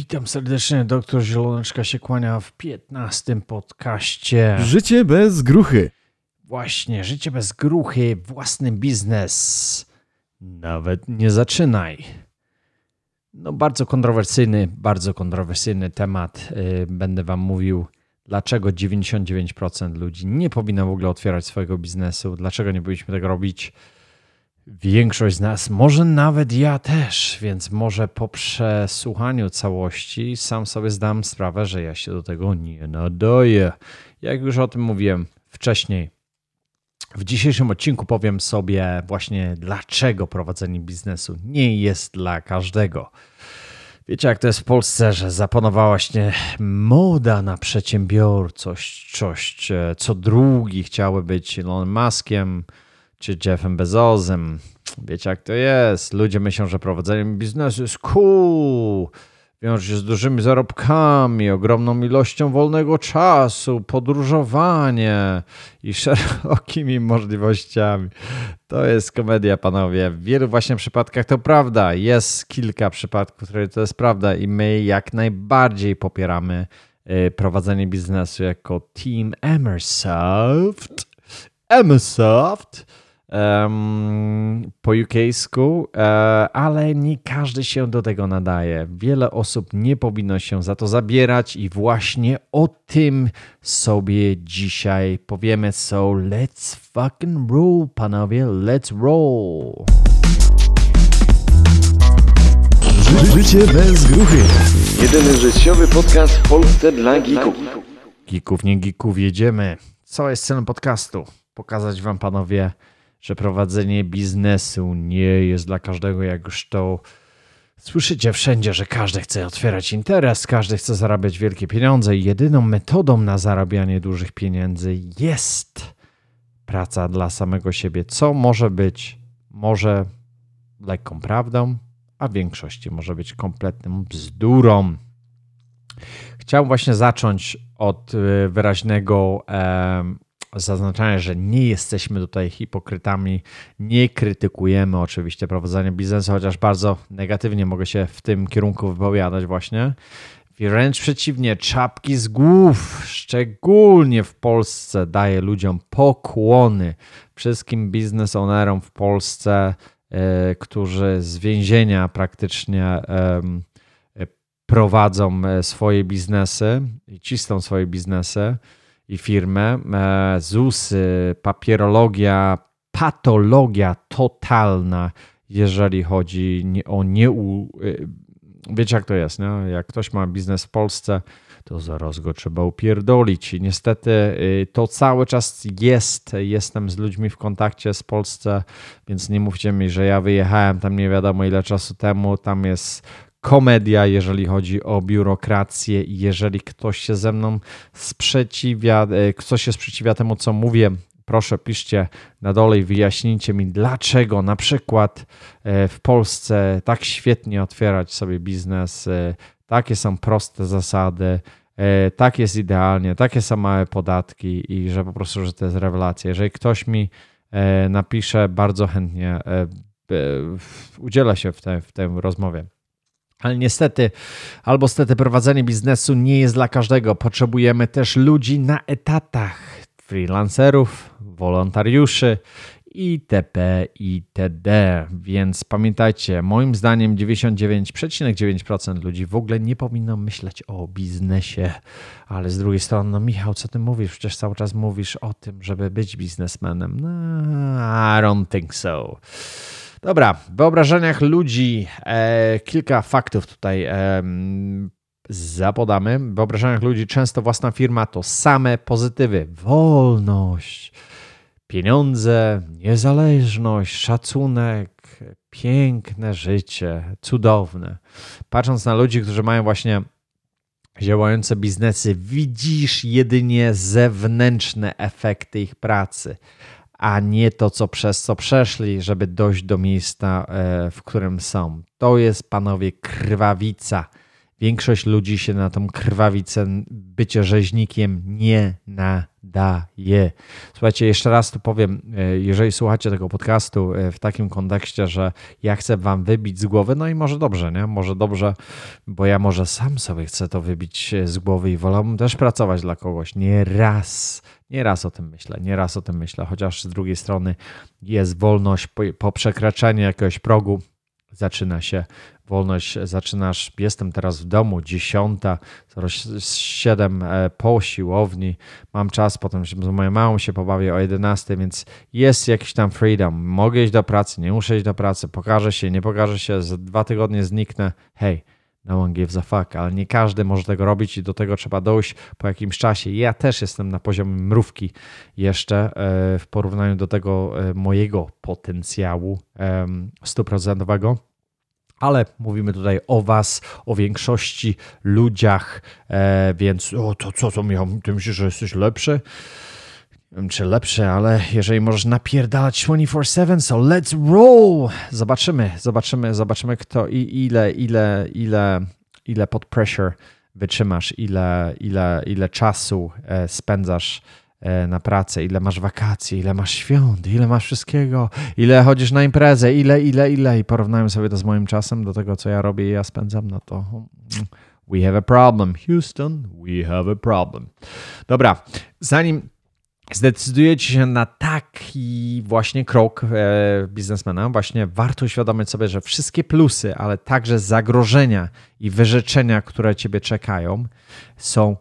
Witam serdecznie, doktor Zieloneczka się kłania w 15. podcaście. Życie bez gruchy. Właśnie, życie bez gruchy, własny biznes. Nawet nie zaczynaj. No bardzo kontrowersyjny temat. Będę wam mówił, dlaczego 99% ludzi nie powinno w ogóle otwierać swojego biznesu, dlaczego nie powinniśmy tego robić. Większość z nas, może nawet ja też, więc może po przesłuchaniu całości sam sobie zdam sprawę, że ja się do tego nie nadaję. Jak już o tym mówiłem wcześniej, w dzisiejszym odcinku powiem sobie właśnie, dlaczego prowadzenie biznesu nie jest dla każdego. Wiecie, jak to jest w Polsce, że zapanowała właśnie moda na przedsiębiorczość. Co drugi chciały być Elonem Muskiem czy Jeffem Bezosem. Wiecie, jak to jest. Ludzie myślą, że prowadzenie biznesu jest cool. Wiąże się z dużymi zarobkami, ogromną ilością wolnego czasu, podróżowanie i szerokimi możliwościami. To jest komedia, panowie. W wielu właśnie przypadkach to prawda. Jest kilka przypadków, w których to jest prawda i my jak najbardziej popieramy prowadzenie biznesu jako Team Emersoft. Po UK-sku, ale nie każdy się do tego nadaje. Wiele osób nie powinno się za to zabierać i właśnie o tym sobie dzisiaj powiemy. So let's fucking roll, panowie, let's roll. Życie bez gruchy. Jedyny życiowy podcast w Polsce dla geeków. Geeków, nie geeków, jedziemy. Co jest celem podcastu? Pokazać wam, panowie, że prowadzenie biznesu nie jest dla każdego, jak już to słyszycie wszędzie, że każdy chce otwierać interes, każdy chce zarabiać wielkie pieniądze i jedyną metodą na zarabianie dużych pieniędzy jest praca dla samego siebie, co może lekką prawdą, a w większości może być kompletną bzdurą. Chciałem właśnie zacząć od wyraźnego zaznaczania, że nie jesteśmy tutaj hipokrytami, nie krytykujemy oczywiście prowadzenia biznesu, chociaż bardzo negatywnie mogę się w tym kierunku wypowiadać właśnie. Wręcz przeciwnie, czapki z głów, szczególnie w Polsce, daję ludziom pokłony, wszystkim biznes ownerom w Polsce, którzy z więzienia praktycznie prowadzą swoje biznesy i cisną swoje biznesy i firmę. ZUS-y, papierologia, patologia totalna, jeżeli chodzi o Wiecie, jak to jest, nie? Jak ktoś ma biznes w Polsce, to zaraz go trzeba upierdolić. I niestety to cały czas jest. Jestem z ludźmi w kontakcie z Polsce, więc nie mówcie mi, że ja wyjechałem tam nie wiadomo ile czasu temu. Tam jest komedia, jeżeli chodzi o biurokrację i jeżeli ktoś się ze mną sprzeciwia, ktoś się sprzeciwia temu, co mówię, proszę piszcie na dole i wyjaśnijcie mi, dlaczego na przykład w Polsce tak świetnie otwierać sobie biznes, takie są proste zasady, tak jest idealnie, takie są małe podatki i że po prostu, że to jest rewelacja. Jeżeli ktoś mi napisze, bardzo chętnie udzielę się w tej rozmowie. Ale niestety, albo stety prowadzenie biznesu nie jest dla każdego. Potrzebujemy też ludzi na etatach, freelancerów, wolontariuszy itp. itd. Więc pamiętajcie, moim zdaniem 99,9% ludzi w ogóle nie powinno myśleć o biznesie. Ale z drugiej strony, no Michał, co ty mówisz? Przecież cały czas mówisz o tym, żeby być biznesmenem. No, I don't think so. Dobra, w wyobrażeniach ludzi kilka faktów tutaj zapodamy. W wyobrażeniach ludzi często własna firma to same pozytywy. Wolność, pieniądze, niezależność, szacunek, piękne życie, cudowne. Patrząc na ludzi, którzy mają właśnie działające biznesy, widzisz jedynie zewnętrzne efekty ich pracy, a nie to, przez co przeszli, żeby dojść do miejsca, w którym są. To jest, panowie, krwawica. Większość ludzi się na tą krwawicę, bycie rzeźnikiem nie nadaje. Słuchajcie, jeszcze raz tu powiem, jeżeli słuchacie tego podcastu w takim kontekście, że ja chcę wam wybić z głowy, no i może dobrze, nie? Może dobrze, bo ja może sam sobie chcę to wybić z głowy i wolałbym też pracować dla kogoś. Nieraz o tym myślę, chociaż z drugiej strony jest wolność po przekraczaniu jakiegoś progu, zaczyna się wolność, jestem teraz w domu, 10:00, zaraz 7 po siłowni, mam czas, potem z moją mamą się pobawię o 11:00, więc jest jakiś tam freedom, mogę iść do pracy, nie muszę iść do pracy, pokażę się, nie pokażę się, za 2 tygodnie zniknę, hej, no one gives a fuck, ale nie każdy może tego robić i do tego trzeba dojść po jakimś czasie. Ja też jestem na poziomie mrówki jeszcze w porównaniu do tego mojego potencjału 100%, ale mówimy tutaj o was, o większości ludziach, więc to co miał, ty myślisz, że jesteś lepszy? Nie wiem, czy lepszy, ale jeżeli możesz napierdalać 24/7, so let's roll! Zobaczymy kto i ile pod pressure wytrzymasz, ile czasu spędzasz na pracę, ile masz wakacji, ile masz świąt, ile masz wszystkiego, ile chodzisz na imprezę, ile i porównałem sobie to z moim czasem do tego, co ja robię i ja spędzam, no to we have a problem. Houston, we have a problem. Dobra, zanim zdecydujecie się na taki właśnie krok biznesmena, właśnie warto uświadomić sobie, że wszystkie plusy, ale także zagrożenia i wyrzeczenia, które ciebie czekają, są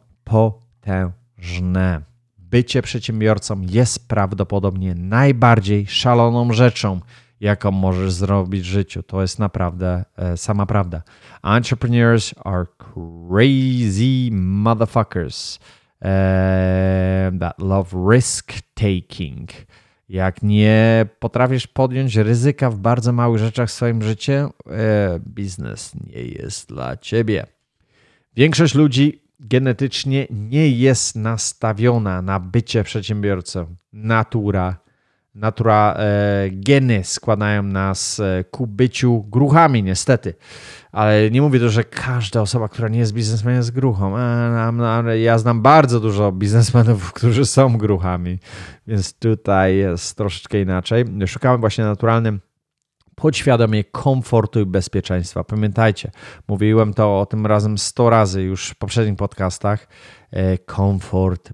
potężne. Bycie przedsiębiorcą jest prawdopodobnie najbardziej szaloną rzeczą, jaką możesz zrobić w życiu. To jest naprawdę sama prawda. Entrepreneurs are crazy motherfuckers that love risk taking. Jak nie potrafisz podjąć ryzyka w bardzo małych rzeczach w swoim życiu, biznes nie jest dla ciebie. Większość ludzi genetycznie nie jest nastawiona na bycie przedsiębiorcą. Geny składają nas ku byciu gruchami, niestety. Ale nie mówię to, że każda osoba, która nie jest biznesmenem, jest gruchą. Ja znam bardzo dużo biznesmenów, którzy są gruchami, więc tutaj jest troszeczkę inaczej. Szukamy właśnie naturalnym podświadomie komfortu i bezpieczeństwa. Pamiętajcie, mówiłem to o tym razem 100 razy już w poprzednich podcastach. Komfort,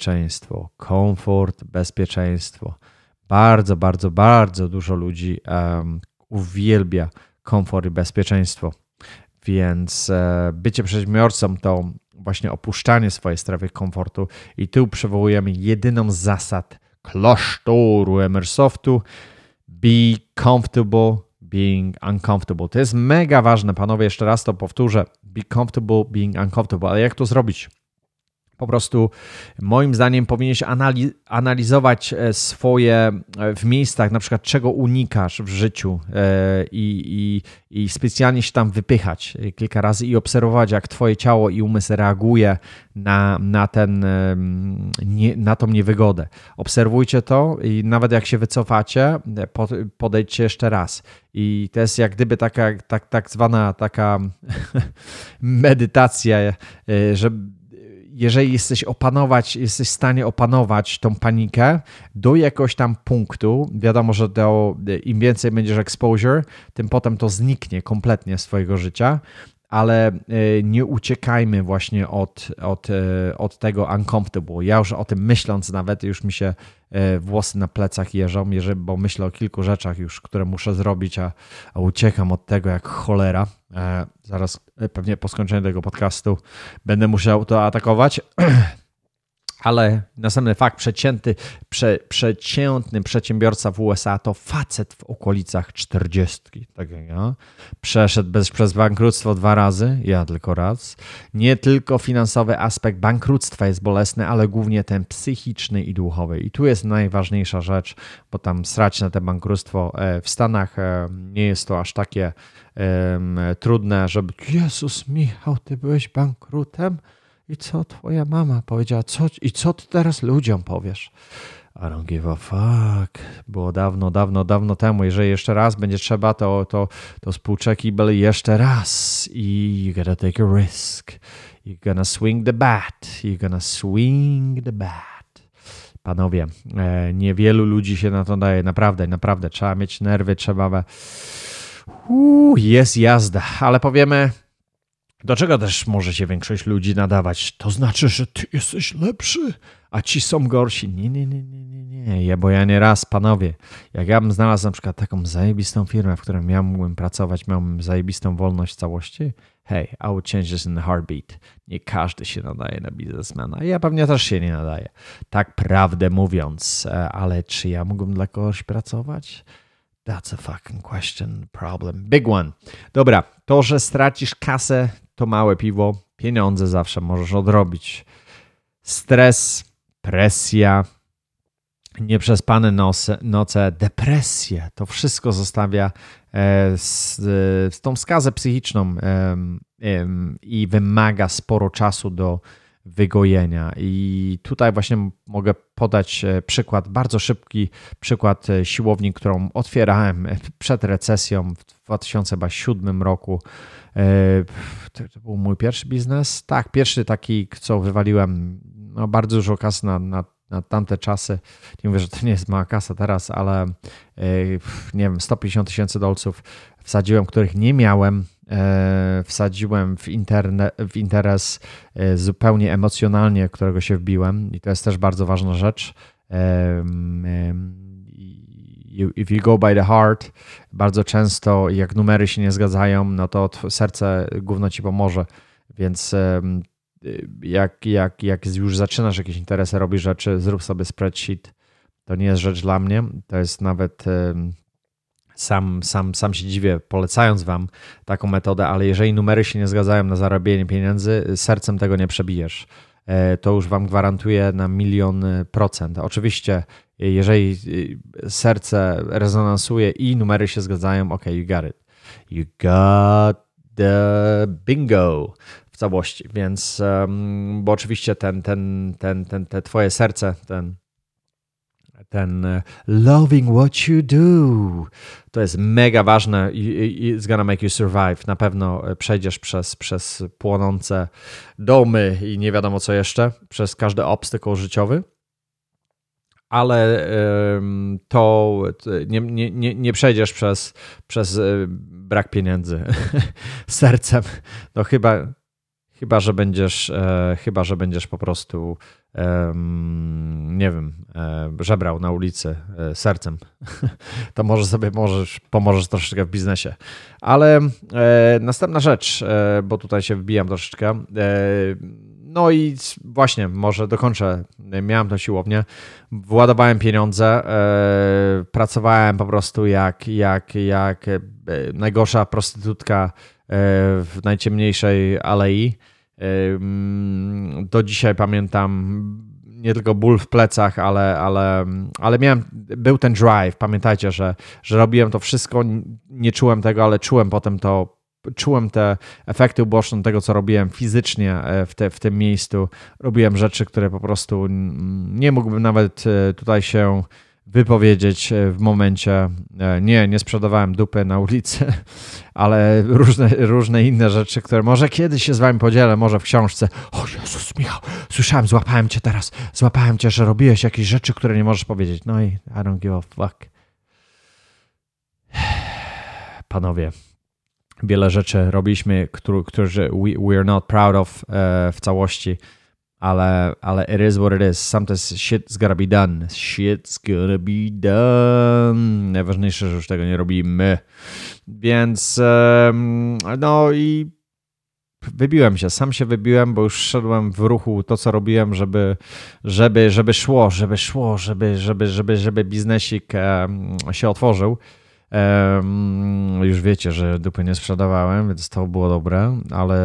bezpieczeństwo. Bardzo, bardzo, bardzo dużo ludzi uwielbia komfort i bezpieczeństwo. Więc bycie przedsiębiorcą to właśnie opuszczanie swojej strefy komfortu i tu przywołujemy jedyną z zasad klasztoru Emersoftu: be comfortable being uncomfortable. To jest mega ważne, panowie, jeszcze raz to powtórzę. Be comfortable being uncomfortable. Ale jak to zrobić? Po prostu moim zdaniem powinieneś analizować swoje w miejscach, na przykład czego unikasz w życiu i specjalnie się tam wypychać kilka razy i obserwować, jak twoje ciało i umysł reaguje na tą niewygodę. Obserwujcie to i nawet jak się wycofacie, podejdźcie jeszcze raz. I to jest jak gdyby tak zwana medytacja, że jeżeli jesteś w stanie opanować tą panikę do jakiegoś tam punktu, wiadomo, że im więcej będziesz exposure, tym potem to zniknie kompletnie z twojego życia, ale nie uciekajmy właśnie od tego uncomfortable. Ja już o tym myśląc nawet, już mi się włosy na plecach jeżą, bo myślę o kilku rzeczach już, które muszę zrobić, a uciekam od tego jak cholera. Zaraz pewnie po skończeniu tego podcastu będę musiał to atakować. Ale następny fakt, przeciętny przedsiębiorca w USA to facet w okolicach 40, tak jak ja. Przeszedł przez bankructwo 2 razy, ja tylko raz. Nie tylko finansowy aspekt bankructwa jest bolesny, ale głównie ten psychiczny i duchowy. I tu jest najważniejsza rzecz, bo tam srać na te bankructwo w Stanach nie jest to aż takie trudne, żeby Jezus Michał, ty byłeś bankrutem? I co twoja mama powiedziała? Co ty teraz ludziom powiesz? I don't give a fuck. Było dawno temu. Jeżeli jeszcze raz będzie trzeba, to spłuczę kibel jeszcze raz. I you gotta take a risk. You're gonna swing the bat. Panowie, niewielu ludzi się na to daje. Naprawdę. Trzeba mieć nerwy, trzeba... Jest jazda. Ale powiemy... Do czego też może się większość ludzi nadawać? To znaczy, że ty jesteś lepszy, a ci są gorsi. Nie, bo ja nie raz, panowie. Jak ja bym znalazł na przykład taką zajebistą firmę, w której ja mógłbym pracować, miałbym zajebistą wolność w całości, hey, I would change this in a heartbeat. Nie każdy się nadaje na biznesmena. Ja pewnie też się nie nadaję. Tak prawdę mówiąc. Ale czy ja mógłbym dla kogoś pracować? That's a fucking question, problem. Big one. Dobra, to, że stracisz kasę, to małe piwo. Pieniądze zawsze możesz odrobić. Stres, presja, nieprzespane noce, depresje. To wszystko zostawia z tą skazę psychiczną i wymaga sporo czasu do wygojenia. I tutaj właśnie mogę podać przykład, bardzo szybki przykład siłowni, którą otwierałem przed recesją w 2007 roku. To był mój pierwszy biznes. Tak, pierwszy taki, co wywaliłem bardzo dużo kasy na tamte czasy. Nie mówię, że to nie jest mała kasa teraz, ale nie wiem, $150,000 wsadziłem, których nie miałem. Wsadziłem w interes zupełnie emocjonalnie, którego się wbiłem i to jest też bardzo ważna rzecz. If you go by the heart, bardzo często jak numery się nie zgadzają, no to serce gówno ci pomoże, więc jak już zaczynasz jakieś interesy, robisz rzeczy, zrób sobie spreadsheet. To nie jest rzecz dla mnie, to jest nawet... Sam się dziwię, polecając wam taką metodę, ale jeżeli numery się nie zgadzają na zarabianie pieniędzy, sercem tego nie przebijesz. To już wam gwarantuję na 1,000,000%. Oczywiście, jeżeli serce rezonansuje i numery się zgadzają, ok, you got it. You got the bingo w całości. Więc, bo oczywiście te twoje serce, ten loving what you do. To jest mega ważne. It's gonna make you survive. Na pewno przejdziesz przez płonące domy i nie wiadomo co jeszcze, przez każdy obstacle życiowy, ale to nie przejdziesz przez brak pieniędzy sercem. No chyba, że będziesz po prostu nie wiem, żebrał na ulicy sercem, to może sobie pomożesz troszeczkę w biznesie. Ale następna rzecz, bo tutaj się wbijam troszeczkę, no i właśnie, może dokończę. Miałem tą siłownię, władowałem pieniądze, pracowałem po prostu jak najgorsza prostytutka w najciemniejszej alei. Do dzisiaj pamiętam nie tylko ból w plecach, ale był ten drive. Pamiętajcie, że robiłem to wszystko, nie czułem tego, ale czułem potem to, czułem te efekty uboczne tego, co robiłem fizycznie w tym miejscu. Robiłem rzeczy, które po prostu nie mógłbym nawet tutaj się wypowiedzieć w momencie. Nie sprzedawałem dupy na ulicy, ale różne inne rzeczy, które może kiedyś się z wami podzielę, może w książce. O Jezus, Michał, słyszałem, złapałem cię, że robiłeś jakieś rzeczy, które nie możesz powiedzieć. No i I don't give a fuck. Panowie, wiele rzeczy robiliśmy, które we're not proud of w całości, ale it is what it is. Sometimes shit's gotta be done. Najważniejsze, że już tego nie robimy. Więc no i wybiłem się. Sam się wybiłem, bo już szedłem w ruchu to, co robiłem, żeby szło, żeby biznesik się otworzył. Już wiecie, że dupy nie sprzedawałem, więc to było dobre, ale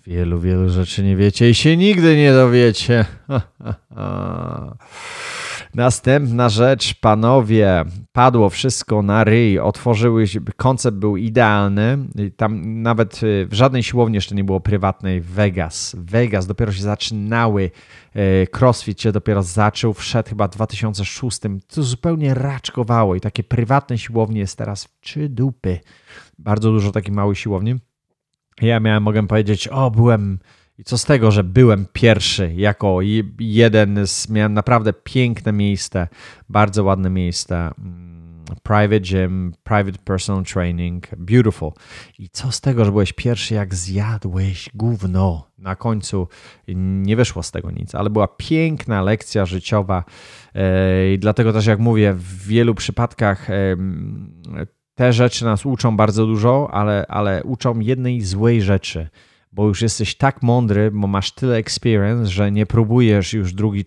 wielu rzeczy nie wiecie i się nigdy nie dowiecie. Następna rzecz, panowie, padło wszystko na ryj, koncept był idealny, tam nawet w żadnej siłowni jeszcze nie było prywatnej w Vegas. Dopiero się zaczynały, CrossFit się dopiero zaczął, wszedł chyba w 2006, to zupełnie raczkowało i takie prywatne siłownie jest teraz w 3 dupy. Bardzo dużo takich małych siłowni. Ja mogę powiedzieć, byłem... I co z tego, że byłem pierwszy jako miałem naprawdę piękne miejsce, bardzo ładne miejsce, private gym, private personal training, beautiful. I co z tego, że byłeś pierwszy, jak zjadłeś gówno. Na końcu nie wyszło z tego nic, ale była piękna lekcja życiowa i dlatego też, jak mówię, w wielu przypadkach te rzeczy nas uczą bardzo dużo, ale uczą jednej złej rzeczy. Bo już jesteś tak mądry, bo masz tyle experience, że nie próbujesz już drugi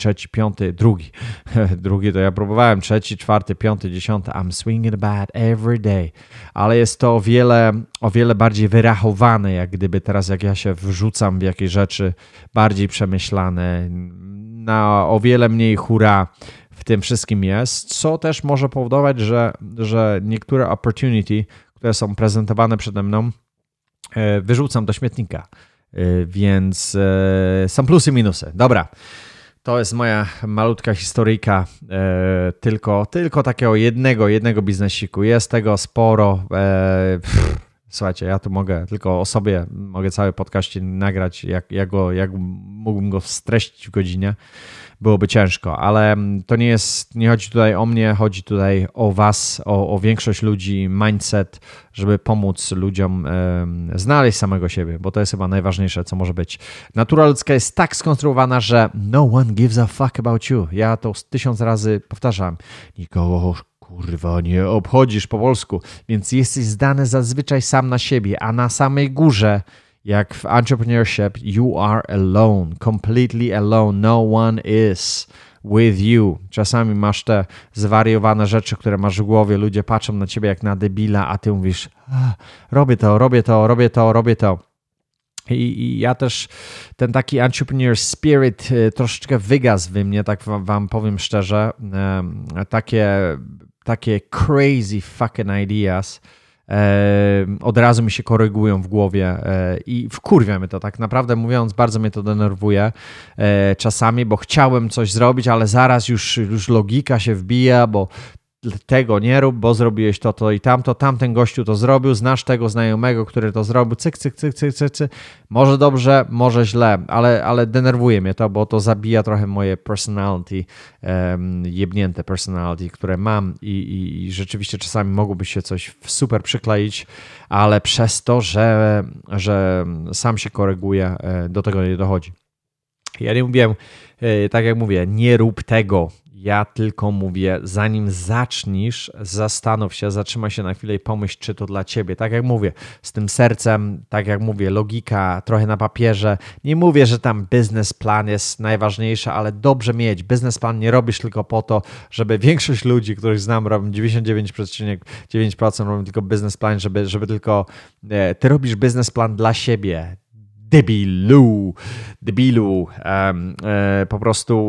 to ja próbowałem, 3, 4, 5, 10, I'm swinging the bat every day, ale jest to o wiele bardziej wyrachowane, jak gdyby teraz jak ja się wrzucam w jakieś rzeczy bardziej przemyślane, na o wiele mniej hura w tym wszystkim jest, co też może powodować, że niektóre opportunity, które są prezentowane przede mną, wyrzucam do śmietnika, więc są plusy i minusy. Dobra, to jest moja malutka historyjka tylko takiego jednego biznesiku. Jest tego sporo. Słuchajcie, ja tu mogę tylko o sobie, mogę cały podcast nagrać, jak mógłbym go streścić w godzinie. Byłoby ciężko, ale to nie chodzi tutaj o mnie, chodzi tutaj o was, o większość ludzi, mindset, żeby pomóc ludziom znaleźć samego siebie, bo to jest chyba najważniejsze, co może być. Natura ludzka jest tak skonstruowana, że no one gives a fuck about you. Ja to 1000 razy powtarzam. Nikogo kurwa nie obchodzisz po polsku, więc jesteś zdany zazwyczaj sam na siebie, a na samej górze, jak w entrepreneurship, you are alone, completely alone, no one is with you. Czasami masz te zwariowane rzeczy, które masz w głowie, ludzie patrzą na ciebie jak na debila, a ty mówisz, robię to. I ja też ten taki entrepreneur spirit troszeczkę wygasł we mnie, tak wam powiem szczerze, takie crazy fucking ideas od razu mi się korygują w głowie i wkurwia mnie to, tak naprawdę mówiąc, bardzo mnie to denerwuje czasami, bo chciałem coś zrobić, ale zaraz już logika się wbija, bo tego nie rób, bo zrobiłeś to i tamto, tamten gościu to zrobił, znasz tego znajomego, który to zrobił, cyk. Może dobrze, może źle, ale denerwuje mnie to, bo to zabija trochę moje personality, jebnięte personality, które mam i rzeczywiście czasami mogłoby się coś super przykleić, ale przez to, że sam się koryguje, do tego nie dochodzi. Ja nie mówię, tak jak mówię, nie rób tego. Ja tylko mówię, zanim zaczniesz, zastanów się, zatrzymaj się na chwilę i pomyśl, czy to dla ciebie. Tak jak mówię, z tym sercem, tak jak mówię, logika, trochę na papierze. Nie mówię, że tam biznesplan jest najważniejszy, ale dobrze mieć. Biznesplan nie robisz tylko po to, żeby większość ludzi, których znam, robią 99,9% robią tylko biznesplan, żeby tylko... Ty robisz biznesplan dla siebie. Debilu. Po prostu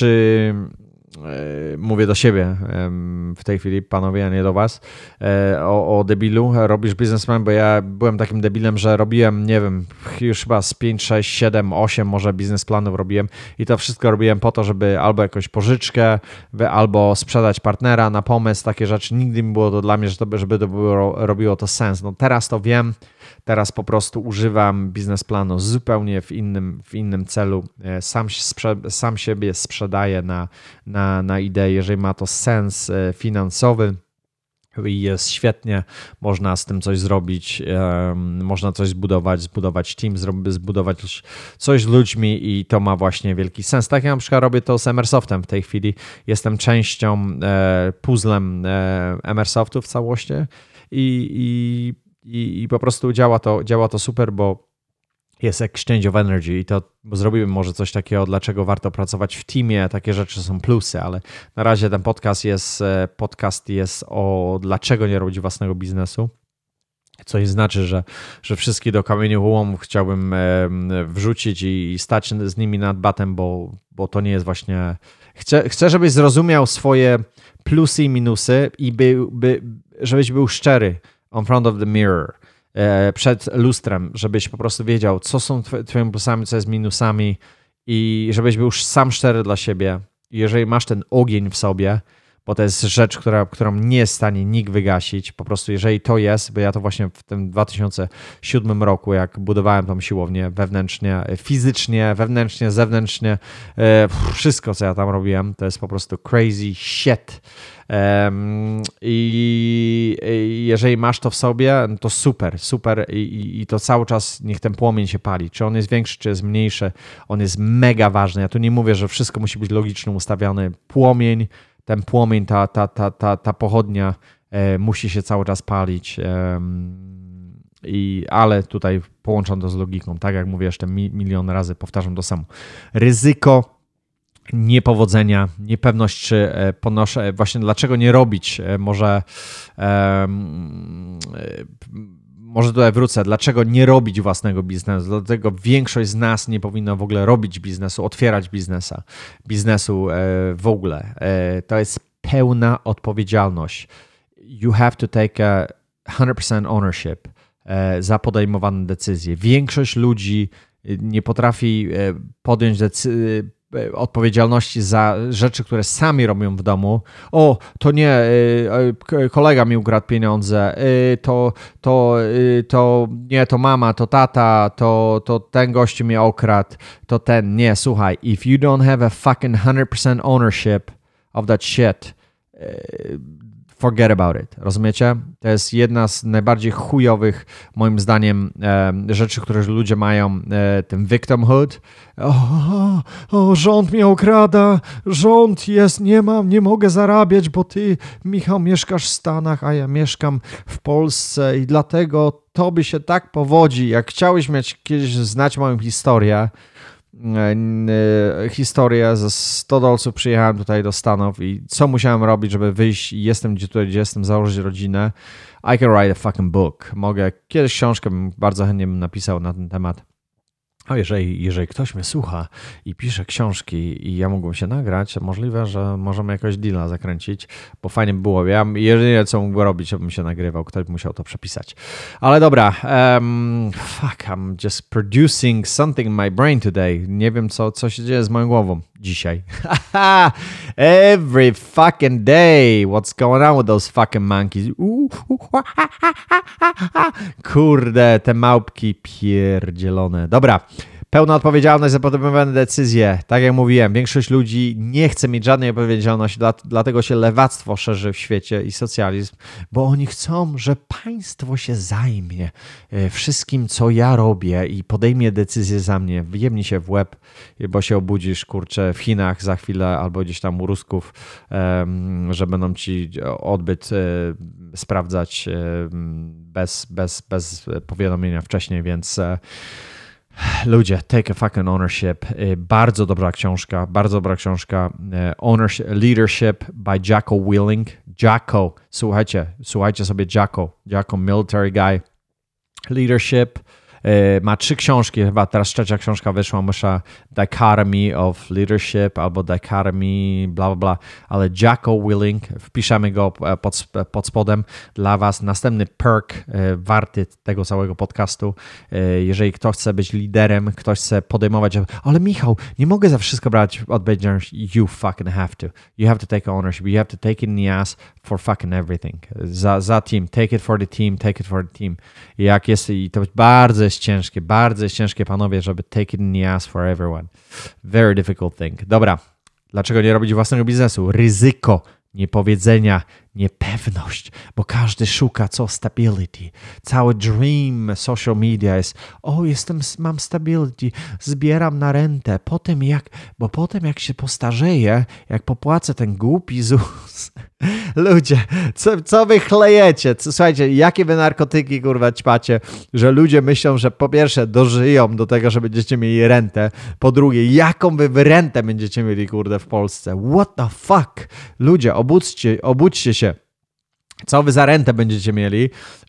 mówię do siebie w tej chwili, panowie, a nie do was, o debilu. Robisz biznesplan, bo ja byłem takim debilem, że robiłem, nie wiem, już chyba z 5, 6, 7, 8 może biznesplanów robiłem i to wszystko robiłem po to, żeby albo jakąś pożyczkę, albo sprzedać partnera na pomysł, takie rzeczy. Nigdy nie było to dla mnie, żeby to robiło to sens. No teraz to wiem, teraz po używam biznesplanu zupełnie w innym celu. Sam siebie sprzedaję na ideę, jeżeli ma to sens finansowy i jest świetnie, można z tym coś zrobić, można coś zbudować team, zbudować coś z ludźmi i to ma właśnie wielki sens. Tak jak na przykład robię to z Emersoftem w tej chwili. Jestem częścią, puzzlem Emersoftu w całości i po prostu działa to super, bo jest exchange of energy i to zrobimy może coś takiego, dlaczego warto pracować w teamie, takie rzeczy są plusy, ale na razie ten podcast jest o dlaczego nie robić własnego biznesu Co nie znaczy, że wszystkich do kamieni ułomów chciałbym wrzucić i stać z nimi nad batem, bo to nie jest właśnie... Chcę, żebyś zrozumiał swoje plusy i minusy i żebyś był szczery on front of the mirror, przed lustrem, żebyś po prostu wiedział, co są twoimi plusami, co jest minusami i żebyś był sam szczery dla siebie. I jeżeli masz ten ogień w sobie, bo to jest rzecz, którą nie jest w stanie nikt wygasić. Po prostu jeżeli to jest, bo ja to właśnie w tym 2007 roku, jak budowałem tą siłownię wewnętrznie, fizycznie, wewnętrznie, zewnętrznie, wszystko, co ja tam robiłem, to jest po prostu crazy shit. I jeżeli masz to w sobie, to super i to cały czas niech ten płomień się pali. Czy on jest większy, czy jest mniejszy, on jest mega ważny. Ja tu nie mówię, że wszystko musi być logicznie ustawione. Ten płomień, ta pochodnia musi się cały czas palić, ale tutaj połączam to z logiką. Tak jak mówię, jeszcze milion razy powtarzam to samo. Ryzyko niepowodzenia, niepewność, czy ponoszę, właśnie dlaczego nie robić, może tutaj wrócę, dlaczego nie robić własnego biznesu, dlatego większość z nas nie powinna w ogóle robić biznesu, otwierać biznesu w ogóle. To jest pełna odpowiedzialność. You have to take 100% ownership za podejmowane decyzje. Większość ludzi nie potrafi podjąć odpowiedzialności za rzeczy, które sami robią w domu. O, to nie, kolega mi ukradł pieniądze, to nie, to mama, to tata, to ten gościu mnie okradł, to ten, nie, słuchaj, if you don't have a fucking 100% ownership of that shit, forget about it. Rozumiecie? To jest jedna z najbardziej chujowych, moim zdaniem, rzeczy, które ludzie mają, ten victimhood. Rząd mnie okrada, rząd jest, nie mogę zarabiać, bo ty, Michał, mieszkasz w Stanach, a ja mieszkam w Polsce i dlatego tobie się tak powodzi. Jak chciałeś kiedyś znać moją historię ze $100 przyjechałem tutaj do Stanów i co musiałem robić, żeby wyjść i jestem gdzie jestem, założyć rodzinę. I can write a fucking book. Kiedyś książkę bardzo chętnie bym napisał na ten temat. A jeżeli ktoś mnie słucha i pisze książki i ja mógłbym się nagrać, to możliwe, że możemy jakoś deala zakręcić, bo fajnie by było. Ja jedynie co mógłbym robić, żebym się nagrywał, ktoś by musiał to przepisać. Ale dobra, I'm just producing something in my brain today. Nie wiem, co się dzieje z moją głową dzisiaj. Every fucking day. What's going on with those fucking monkeys? Kurde, te małpki pierdzielone. Dobra. Pełna odpowiedzialność za podejmowane decyzje. Tak jak mówiłem, większość ludzi nie chce mieć żadnej odpowiedzialności, dlatego się lewactwo szerzy w świecie i socjalizm, bo oni chcą, że państwo się zajmie wszystkim, co ja robię i podejmie decyzję za mnie. Wyjemni się w łeb, bo się obudzisz, kurczę, w Chinach za chwilę albo gdzieś tam u Rusków, że będą ci odbyt sprawdzać bez powiadomienia wcześniej, więc ludzie, take a fucking ownership. Bardzo dobra książka. Leadership by Jocko Willink. Jocko, słuchajcie sobie Jocko, military guy. Leadership. Ma 3 książki, chyba teraz 3. książka wyszła, myślę Dichotomy of Leadership albo Dichotomy bla bla bla, ale Jocko Willink, wpiszemy go pod spodem dla was. Następny perk warty tego całego podcastu, jeżeli ktoś chce być liderem, ktoś chce podejmować, ale Michał, nie mogę za wszystko brać odpowiedzialność. You fucking have to. You have to take ownership. You have to take it in the ass for fucking everything. Za team. Take it for the team. Take it for the team. Jak jest, i to bardzo jest ciężkie, panowie, żeby take it in the ass for everyone. Very difficult thing. Dobra, dlaczego nie robić własnego biznesu? Ryzyko, niepowiedzenia, niepewność, bo każdy szuka stability. Cały dream social media jest, mam stability, zbieram na rentę. Potem jak się postarzeję, jak popłacę ten głupi ZUS. Ludzie, co wy chlejecie? Słuchajcie, jakie wy narkotyki, kurwa, ćpacie, że ludzie myślą, że po pierwsze dożyją do tego, że będziecie mieli rentę, po drugie, jaką wy rentę będziecie mieli, kurde, w Polsce? What the fuck? Ludzie, obudźcie się. Co wy za rentę będziecie mieli?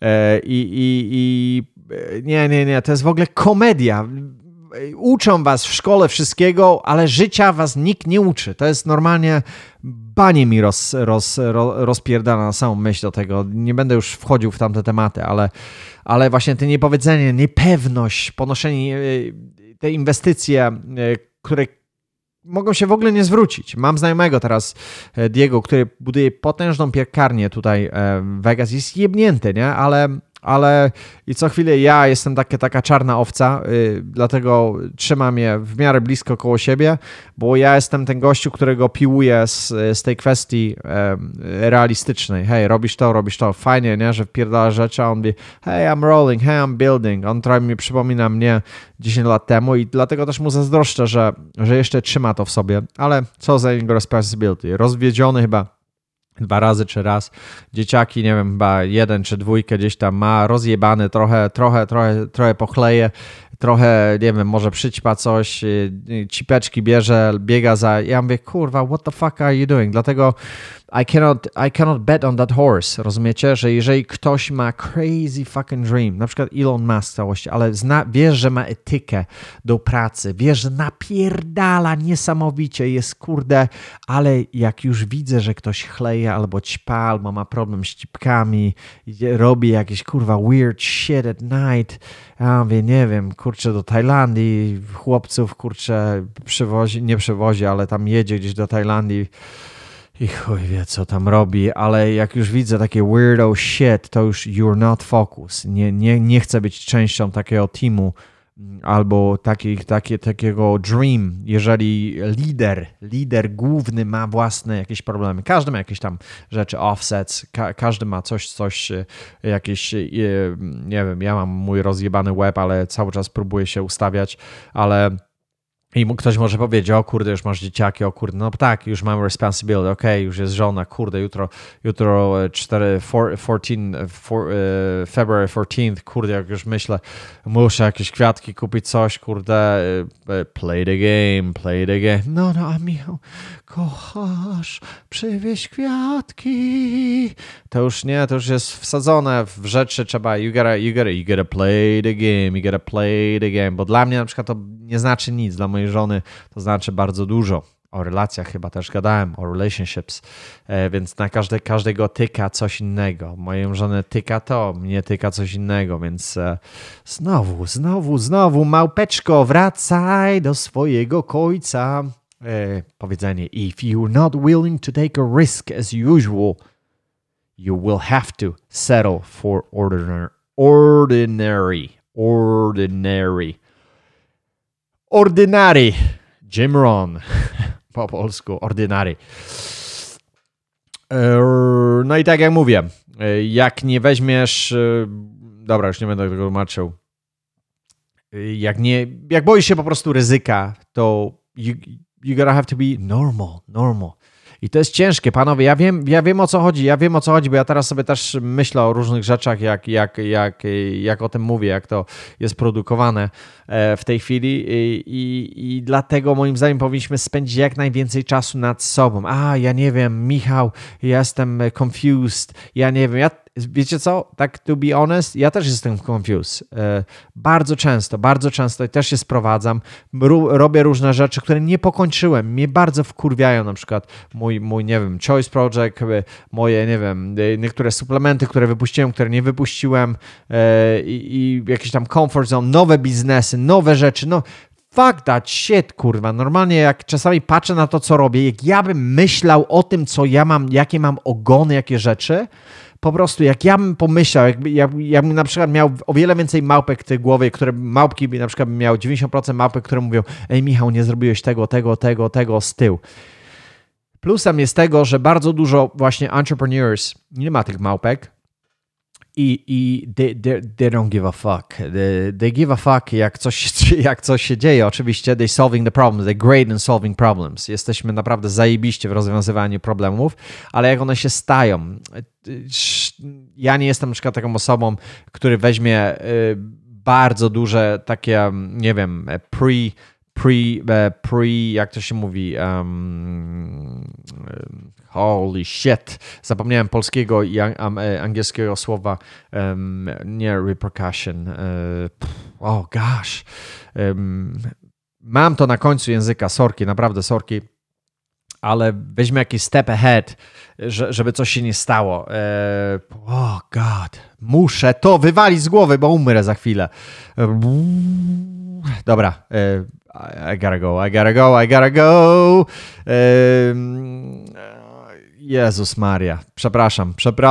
Nie, to jest w ogóle komedia. Uczą was w szkole wszystkiego, ale życia was nikt nie uczy. To jest normalnie, banie mi rozpierdala na samą myśl do tego. Nie będę już wchodził w tamte tematy, ale właśnie te niepowiedzenie, niepewność, ponoszenie, te inwestycje, które mogą się w ogóle nie zwrócić. Mam znajomego teraz, Diego, który buduje potężną piekarnię tutaj w Vegas. Jest jebnięty, nie? Ale i co chwilę ja jestem taka czarna owca, dlatego trzymam je w miarę blisko koło siebie, bo ja jestem ten gościu, którego piłuję z tej kwestii realistycznej. Hej, robisz to, fajnie, nie, że wpierdala rzeczy, a on mówi, hey, I'm rolling, hey, I'm building. On trochę mi przypomina mnie 10 lat temu i dlatego też mu zazdroszczę, że jeszcze trzyma to w sobie, ale co za jego responsibility. Rozwiedziony chyba 2 razy czy raz. Dzieciaki, nie wiem, chyba 1 czy 2 gdzieś tam ma, rozjebany, trochę pochleje, trochę, nie wiem, może przyćpa coś, cipeczki bierze, biega za... Ja mówię, kurwa, what the fuck are you doing? Dlatego I cannot bet on that horse, rozumiecie? Że jeżeli ktoś ma crazy fucking dream, na przykład Elon Musk w całości, ale wiesz, że ma etykę do pracy, wiesz, że napierdala niesamowicie, jest kurde, ale jak już widzę, że ktoś chleje albo ćpa, albo ma problem z cipkami, robi jakieś kurwa weird shit at night, ja mówię, nie wiem, kurczę, do Tajlandii, chłopców, kurczę, nie przywozi, ale tam jedzie gdzieś do Tajlandii i chuj wie, co tam robi, ale jak już widzę takie weirdo shit, to już you're not focus. Nie chcę być częścią takiego teamu albo takiego dream, jeżeli lider główny ma własne jakieś problemy. Każdy ma jakieś tam rzeczy, offsets, każdy ma coś, jakieś, nie wiem, ja mam mój rozjebany łeb, ale cały czas próbuję się ustawiać, ale i ktoś może powiedzieć, o kurde, już masz dzieciaki, o kurde, no tak, już mam responsibility, okej, już jest żona, kurde, jutro February 14th, kurde, jak już myślę, muszę jakieś kwiatki kupić, coś, kurde, play the game. No, a Michał, kochasz, przywieź kwiatki. To już nie, to już jest wsadzone w rzeczy, trzeba, you gotta play the game, bo dla mnie na przykład to nie znaczy nic, dla mojej żony to znaczy bardzo dużo. O relacjach chyba też gadałem, o relationships, więc na każdego tyka coś innego. Moją żonę tyka to, mnie tyka coś innego, więc znowu, małpeczko, wracaj do swojego końca. Powiedzenie, if you're not willing to take a risk as usual, you will have to settle for ordinary. Jim Rohn. Po polsku, ordinary. No i tak jak mówię, jak nie weźmiesz... Dobra, już nie będę tego tłumaczył. Jak boisz się po prostu ryzyka, to you gotta have to be normal. I to jest ciężkie, panowie. Ja wiem o co chodzi, bo ja teraz sobie też myślę o różnych rzeczach, jak o tym mówię, jak to jest produkowane w tej chwili i dlatego moim zdaniem powinniśmy spędzić jak najwięcej czasu nad sobą. Ja nie wiem, Michał, ja jestem confused, ja nie wiem, wiecie co? Tak, to be honest, ja też jestem confused. Bardzo często i też się sprowadzam. Robię różne rzeczy, które nie pokończyłem. Mnie bardzo wkurwiają, na przykład mój nie wiem, Choice Project, moje, nie wiem, niektóre suplementy, które wypuściłem, które nie wypuściłem i jakieś tam comfort zone, nowe biznesy, nowe rzeczy, no fuck that shit, kurwa. Normalnie jak czasami patrzę na to, co robię, jak ja bym myślał o tym, co ja mam, jakie mam ogony, jakie rzeczy, po prostu jak ja bym pomyślał, jakbym na przykład miał o wiele więcej małpek w tej głowie, które małpki na przykład bym miał 90% małpek, które mówią, ej Michał, nie zrobiłeś tego z tyłu. Plusem jest tego, że bardzo dużo właśnie entrepreneurs nie ma tych małpek i they don't give a fuck. They give a fuck, jak coś się dzieje. Oczywiście they solving the problems, they're great in solving problems. Jesteśmy naprawdę zajebiście w rozwiązywaniu problemów, ale jak one się stają, ja nie jestem na przykład taką osobą, który weźmie bardzo duże takie, nie wiem, jak to się mówi, holy shit, zapomniałem polskiego i angielskiego słowa, nie repercussion, oh gosh, mam to na końcu języka, sorki, naprawdę sorki, ale weźmy jakiś step ahead, żeby coś się nie stało. Oh god, muszę to wywalić z głowy, bo umrę za chwilę. Dobra, I gotta go. Jezus Maria, przepraszam.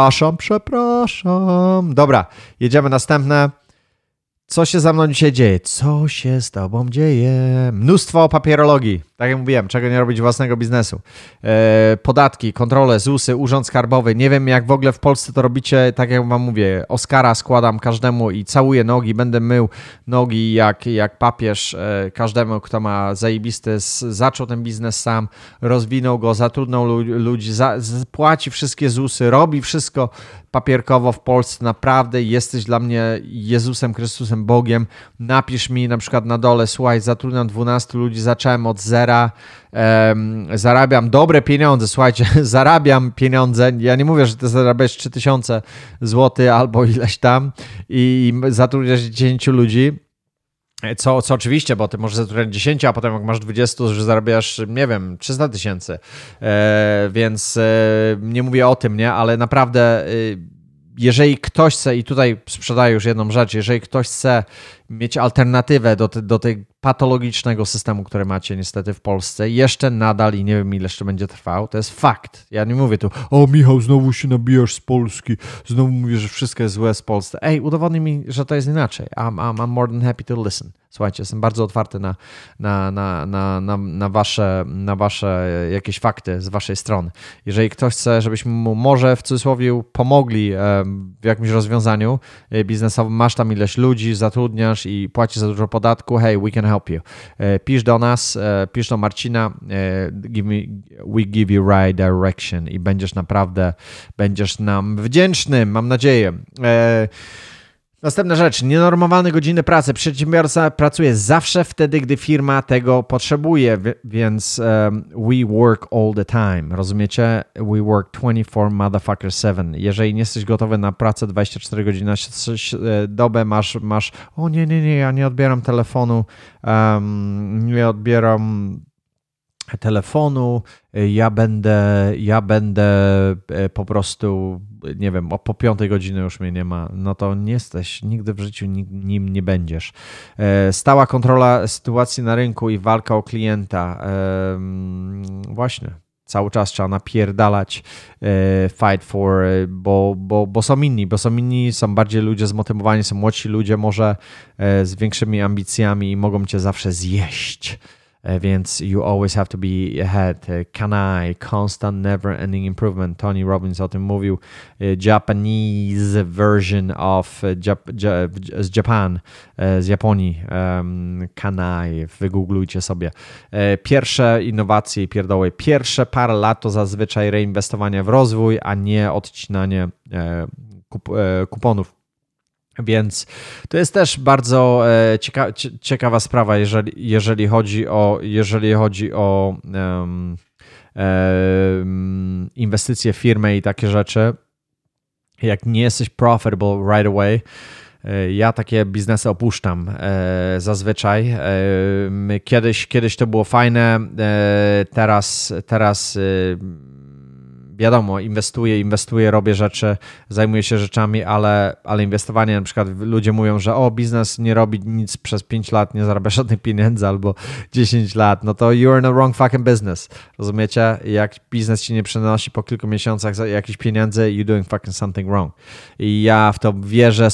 Dobra, jedziemy następne. Co się za mną dzisiaj dzieje? Co się z tobą dzieje? Mnóstwo papierologii. Tak jak mówiłem, czego nie robić własnego biznesu. Podatki, kontrole, ZUS-y, Urząd Skarbowy. Nie wiem, jak w ogóle w Polsce to robicie. Tak jak wam mówię, Oscara składam każdemu i całuję nogi. Będę mył nogi jak papież każdemu, kto ma zajebisty, zaczął ten biznes sam, rozwinął go, zatrudniał ludzi, płaci wszystkie ZUS-y, robi wszystko papierkowo w Polsce. Naprawdę jesteś dla mnie Jezusem Chrystusem, Bogiem. Napisz mi na przykład na dole, słuchaj, zatrudniam 12 ludzi, zacząłem od zera, zarabiam dobre pieniądze, słuchajcie, zarabiam pieniądze, ja nie mówię, że ty zarabiasz 3000 zł albo ileś tam i zatrudniasz 10 ludzi, co oczywiście, bo ty możesz zatrudniać 10, a potem jak masz 20, że zarabiasz, nie wiem, 300 000, więc nie mówię o tym, nie, ale naprawdę jeżeli ktoś chce, i tutaj sprzedaję już jedną rzecz, jeżeli ktoś chce mieć alternatywę do tego patologicznego systemu, który macie niestety w Polsce, jeszcze nadal i nie wiem ile jeszcze będzie trwał, to jest fakt. Ja nie mówię tu, o Michał, znowu się nabijasz z Polski, znowu mówisz, że wszystko jest złe z Polsce. Ej, udowodnij mi, że to jest inaczej. I'm more than happy to listen. Słuchajcie, jestem bardzo otwarty na wasze jakieś fakty z waszej strony. Jeżeli ktoś chce, żebyśmy mu może w cudzysłowie pomogli w jakimś rozwiązaniu biznesowym, masz tam ileś ludzi, zatrudniasz i płacisz za dużo podatku, hey, we can help you. Pisz do nas, pisz do Marcina, we give you right direction i będziesz nam wdzięczny, mam nadzieję. Następna rzecz, nienormowane godziny pracy. Przedsiębiorca pracuje zawsze wtedy, gdy firma tego potrzebuje, więc we work all the time, rozumiecie? We work 24/7. Jeżeli nie jesteś gotowy na pracę 24 godziny na dobę, masz o nie, ja nie odbieram telefonu, ja będę po prostu, nie wiem, po 5 godzinie już mnie nie ma, no to nie jesteś, nigdy w życiu nim nie będziesz. Stała kontrola sytuacji na rynku i walka o klienta. Właśnie, cały czas trzeba napierdalać, fight for, bo są inni, są bardziej ludzie zmotywowani, są młodsi ludzie może z większymi ambicjami i mogą cię zawsze zjeść. Więc you always have to be ahead. Kanai, constant, never-ending improvement. Tony Robbins o tym mówił. Japanese version of z Japan, z Japonii. Kanai, wygooglujcie sobie. Pierwsze innowacje i pierdoły. Pierwsze parę lat to zazwyczaj reinwestowanie w rozwój, a nie odcinanie kuponów. Więc to jest też bardzo ciekawa sprawa, jeżeli chodzi o inwestycje w firmę i takie rzeczy. Jak nie jesteś profitable right away, ja takie biznesy opuszczam zazwyczaj. Kiedyś to było fajne, teraz wiadomo, inwestuję, robię rzeczy, zajmuję się rzeczami, ale inwestowanie, na przykład ludzie mówią, że biznes nie robi nic przez 5 lat, nie zarabia żadnych pieniędzy albo 10 lat, no to you're in the wrong fucking business. Rozumiecie? Jak biznes ci nie przynosi po kilku miesiącach jakichś pieniędzy, you're doing fucking something wrong. I ja w to wierzę,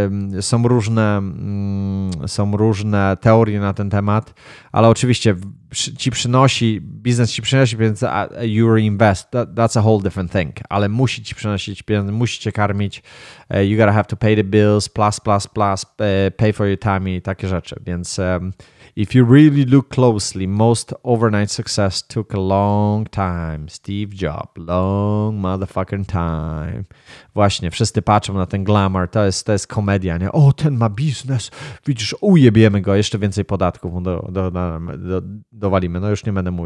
są różne teorie na ten temat, ale oczywiście biznes ci przynosi pieniądze, a you reinvest, that's a whole different thing, ale musi ci przynosić pieniądze, musi cię karmić, you gotta have to pay the bills, plus, pay for your time i takie rzeczy, więc if you really look closely, most overnight success took a long time. Steve Jobs, long motherfucking time. Właśnie, wszyscy patrzą na ten glamour, to jest komedia, nie? O, ten ma biznes, widzisz, ujebiemy go, jeszcze więcej podatków mu dowalimy. No już nie będę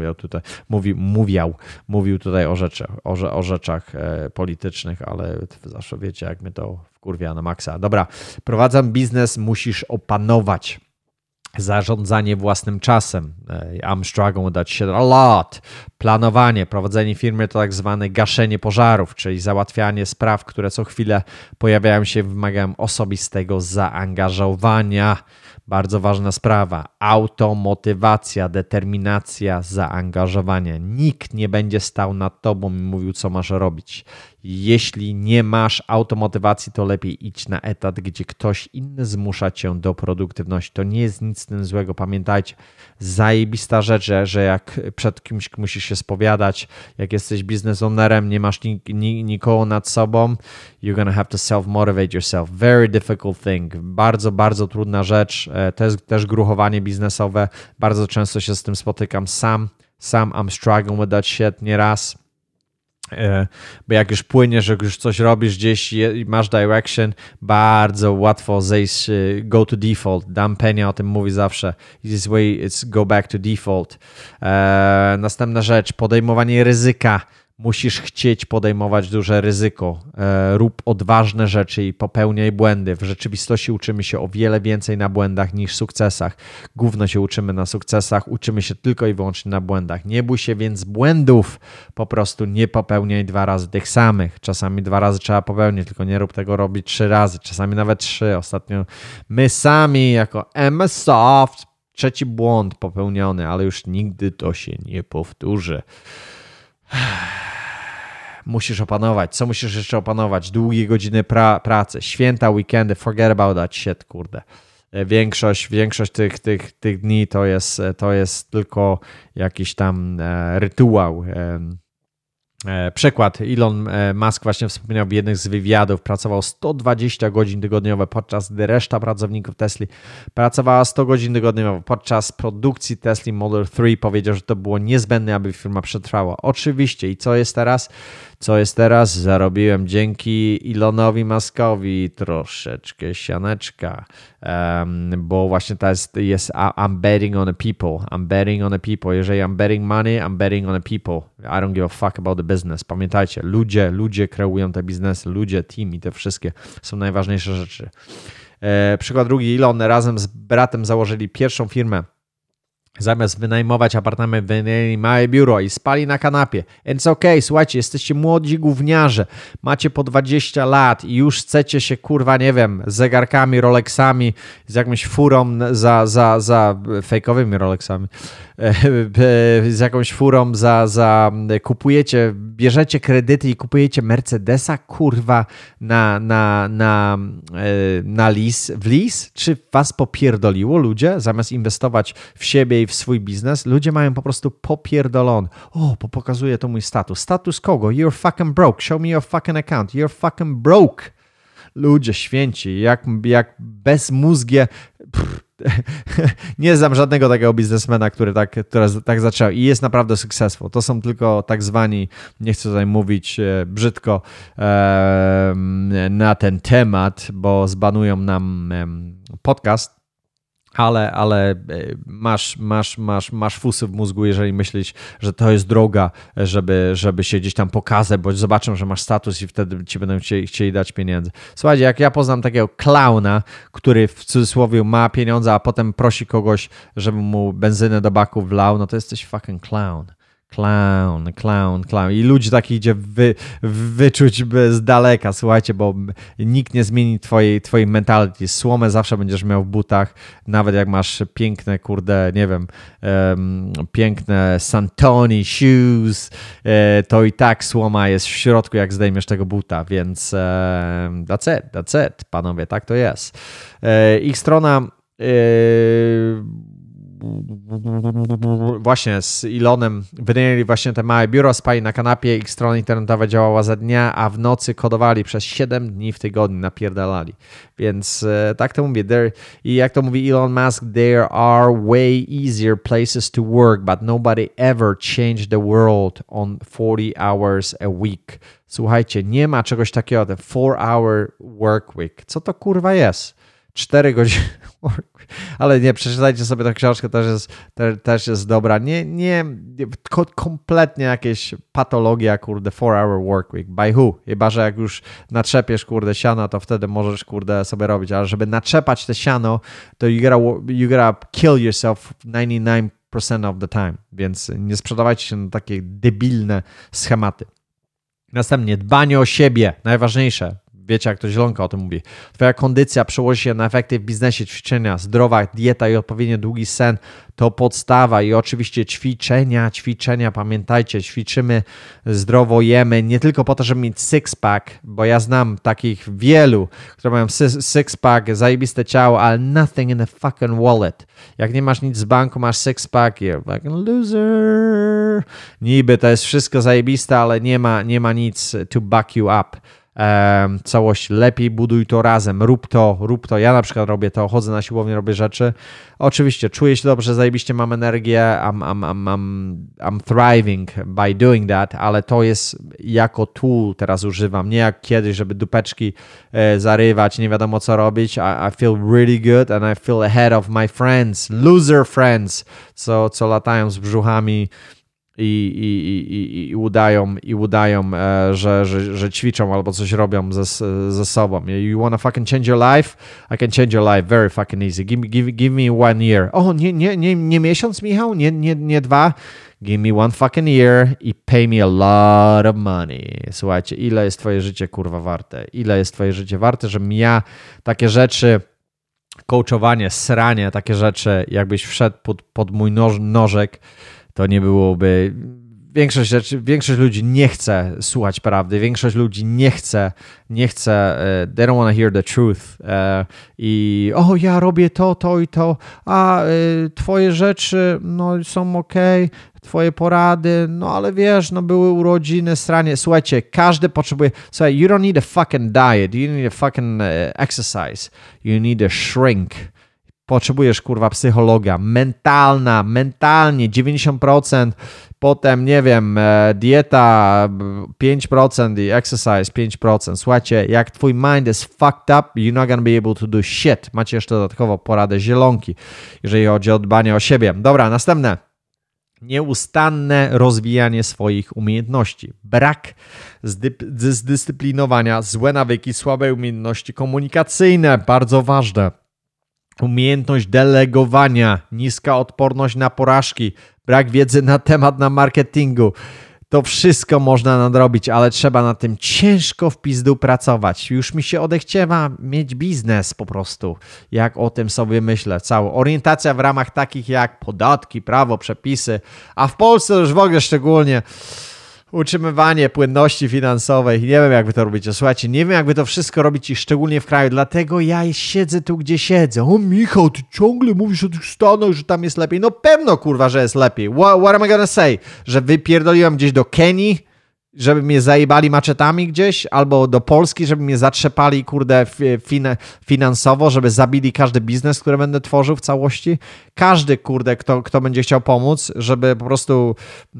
mówił tutaj o rzeczach politycznych, ale zawsze wiecie, jak mnie to wkurwia na maksa. Dobra, prowadzam biznes, musisz opanować zarządzanie własnym czasem. I'm struggling with that shit a lot. Planowanie, prowadzenie firmy to tak zwane gaszenie pożarów, czyli załatwianie spraw, które co chwilę pojawiają się, wymagają osobistego zaangażowania. Bardzo ważna sprawa. Automotywacja, determinacja, zaangażowanie. Nikt nie będzie stał nad tobą i mówił, co masz robić. Jeśli nie masz automotywacji, to lepiej idź na etat, gdzie ktoś inny zmusza cię do produktywności. To nie jest nic z tym złego. Pamiętajcie, zajebista rzecz, że jak przed kimś musisz się spowiadać, jak jesteś biznes ownerem, nie masz nikogo nad sobą, you're gonna have to self-motivate yourself. Very difficult thing. Bardzo, bardzo trudna rzecz. To jest też gruchowanie biznesowe. Bardzo często się z tym spotykam sam. I'm struggling with that shit nieraz. Bo jak już płyniesz, jak już coś robisz gdzieś i masz direction, bardzo łatwo zejść, go to default. Dan Pena o tym mówi zawsze. This way it's go back to default. Następna rzecz, podejmowanie ryzyka. Musisz chcieć podejmować duże ryzyko. Rób odważne rzeczy i popełniaj błędy. W rzeczywistości uczymy się o wiele więcej na błędach niż sukcesach. Gówno się uczymy na sukcesach, uczymy się tylko i wyłącznie na błędach. Nie bój się więc błędów. Po prostu nie popełniaj 2 razy tych samych. Czasami 2 razy trzeba popełnić, tylko nie rób tego robić 3 razy. Czasami nawet 3. Ostatnio my sami jako MS Soft 3. błąd popełniony, ale już nigdy to się nie powtórzy. Musisz opanować. Co musisz jeszcze opanować? Długie godziny pracy, święta, weekendy, forget about that shit, kurde. Większość tych dni to jest tylko jakiś tam rytuał. Przykład, Elon Musk właśnie wspomniał w jednym z wywiadów, pracował 120 godzin tygodniowo, podczas gdy reszta pracowników Tesli pracowała 100 godzin tygodniowo. Podczas produkcji Tesla Model 3 powiedział, że to było niezbędne, aby firma przetrwała. Oczywiście. I co jest teraz? Zarobiłem dzięki Elonowi Muskowi troszeczkę sianeczka, bo właśnie to jest I'm betting on the people. Jeżeli I'm betting money, I'm betting on the people. I don't give a fuck about the business. Pamiętajcie, ludzie kreują te biznesy, ludzie, team i te wszystkie są najważniejsze rzeczy. Przykład drugi, Elon razem z bratem założyli pierwszą firmę. Zamiast wynajmować apartament, wynajęli małe biuro i spali na kanapie. It's okay, słuchajcie, jesteście młodzi gówniarze, macie po 20 lat i już chcecie się, kurwa, nie wiem, z zegarkami, Rolexami, z jakąś furą za fejkowymi Rolexami, z jakąś furą kupujecie, bierzecie kredyty i kupujecie Mercedesa, kurwa, na lis, w lis? Czy was popierdoliło, ludzie? Zamiast inwestować w siebie i w swój biznes, ludzie mają po prostu popierdolony. O, pokazuje to mój status. Status kogo? You're fucking broke. Show me your fucking account. You're fucking broke. Ludzie święci, jak bezmózgie. Nie znam żadnego takiego biznesmena, który tak zaczął i jest naprawdę successful. To są tylko tak zwani, nie chcę tutaj mówić brzydko na ten temat, bo zbanują nam podcast, ale masz fusy w mózgu, jeżeli myślisz, że to jest droga, żeby się gdzieś tam pokazać, bo zobaczą, że masz status i wtedy ci będą chcieli dać pieniędze. Słuchajcie, jak ja poznam takiego klauna, który w cudzysłowie ma pieniądze, a potem prosi kogoś, żeby mu benzynę do baku wlał, no to jesteś fucking clown. Clown. I ludzi takich idzie wyczuć z daleka, słuchajcie, bo nikt nie zmieni twojej mentality. Słomę zawsze będziesz miał w butach, nawet jak masz piękne, kurde, nie wiem, piękne Santoni shoes, to i tak słoma jest w środku, jak zdejmiesz tego buta, więc that's it, panowie, tak to jest. Ich strona właśnie z Elonem wynajęli właśnie te małe biuro, spali na kanapie, ich strona internetowa działała za dnia, a w nocy kodowali przez 7 dni w tygodniu, napierdalali. Więc tak to mówię. I jak to mówi Elon Musk, there are way easier places to work, but nobody ever changed the world on 40 hours a week. Słuchajcie, nie ma czegoś takiego, ten 4-hour work week. Co to kurwa jest? 4 godziny work week. Ale nie, przeczytajcie sobie tę książkę, też jest dobra. Nie, kompletnie jakieś patologia, kurde, 4-hour work week. By who? Chyba, że jak już natrzepiesz, kurde, siano, to wtedy możesz, kurde, sobie robić. Ale żeby natrzepać te siano, to you gotta kill yourself 99% of the time. Więc nie sprzedawajcie się na takie debilne schematy. Następnie dbanie o siebie, najważniejsze. Wiecie, jak to Zielonka o tym mówi. Twoja kondycja przełoży się na efekty w biznesie, ćwiczenia, zdrowa dieta i odpowiednio długi sen to podstawa i oczywiście ćwiczenia, pamiętajcie, ćwiczymy, zdrowo jemy, nie tylko po to, żeby mieć six-pack, bo ja znam takich wielu, które mają six-pack, zajebiste ciało, ale nothing in the fucking wallet. Jak nie masz nic z banku, masz six-pack, you're fucking loser. Niby to jest wszystko zajebiste, ale nie ma nic to back you up. Całość, lepiej buduj to razem, rób to, ja na przykład robię to, chodzę na siłownię, robię rzeczy, oczywiście czuję się dobrze, zajebiście mam energię, I'm thriving by doing that, ale to jest jako tool teraz używam, nie jak kiedyś, żeby dupeczki zarywać, nie wiadomo co robić, I feel really good and I feel ahead of my friends, loser friends, co latają z brzuchami i udają, że ćwiczą albo coś robią ze sobą. You wanna fucking change your life? I can change your life very fucking easy. Give me 1 year. O, nie miesiąc, Michał? Nie 2? Give me 1 fucking year i pay me a lot of money. Słuchajcie, ile jest twoje życie, kurwa, warte? Ile jest twoje życie warte, żebym ja takie rzeczy, coachowanie, sranie, takie rzeczy, jakbyś wszedł pod mój nożek, to nie byłoby... Większość ludzi nie chce słuchać prawdy, większość ludzi nie chce, they don't want to hear the truth. Ja robię to i to, twoje rzeczy są okej, twoje porady, ale wiesz, były urodziny, sranie. Słuchajcie, każdy potrzebuje, you don't need a fucking diet, you need a fucking exercise, you need a shrink. Potrzebujesz, kurwa, psychologa, mentalnie 90%, potem, nie wiem, dieta 5% i exercise 5%. Słuchajcie, jak twój mind is fucked up, you're not gonna be able to do shit. Macie jeszcze dodatkowo poradę Zielonki, jeżeli chodzi o dbanie o siebie. Dobra, następne. Nieustanne rozwijanie swoich umiejętności. Brak zdyscyplinowania, złe nawyki, słabe umiejętności komunikacyjne, bardzo ważne. Umiejętność delegowania, niska odporność na porażki, brak wiedzy na temat marketingu. To wszystko można nadrobić, ale trzeba na tym ciężko w pizdu pracować. Już mi się odechciewa mieć biznes po prostu, jak o tym sobie myślę. Cała orientacja w ramach takich jak podatki, prawo, przepisy, a w Polsce już w ogóle szczególnie utrzymywanie płynności finansowej. Nie wiem, jak wy to robicie. Słuchajcie, nie wiem, jak wy to wszystko robicie, szczególnie w kraju. Dlatego ja siedzę tu, gdzie siedzę. O, Michał, ty ciągle mówisz o tych Stanach, że tam jest lepiej. No pewno, kurwa, że jest lepiej. What am I gonna say? Że wypierdoliłem gdzieś do Kenii, żeby mnie zajebali maczetami gdzieś, albo do Polski, żeby mnie zatrzepali, kurde, finansowo, żeby zabili każdy biznes, który będę tworzył w całości. Każdy, kurde, kto będzie chciał pomóc, żeby po prostu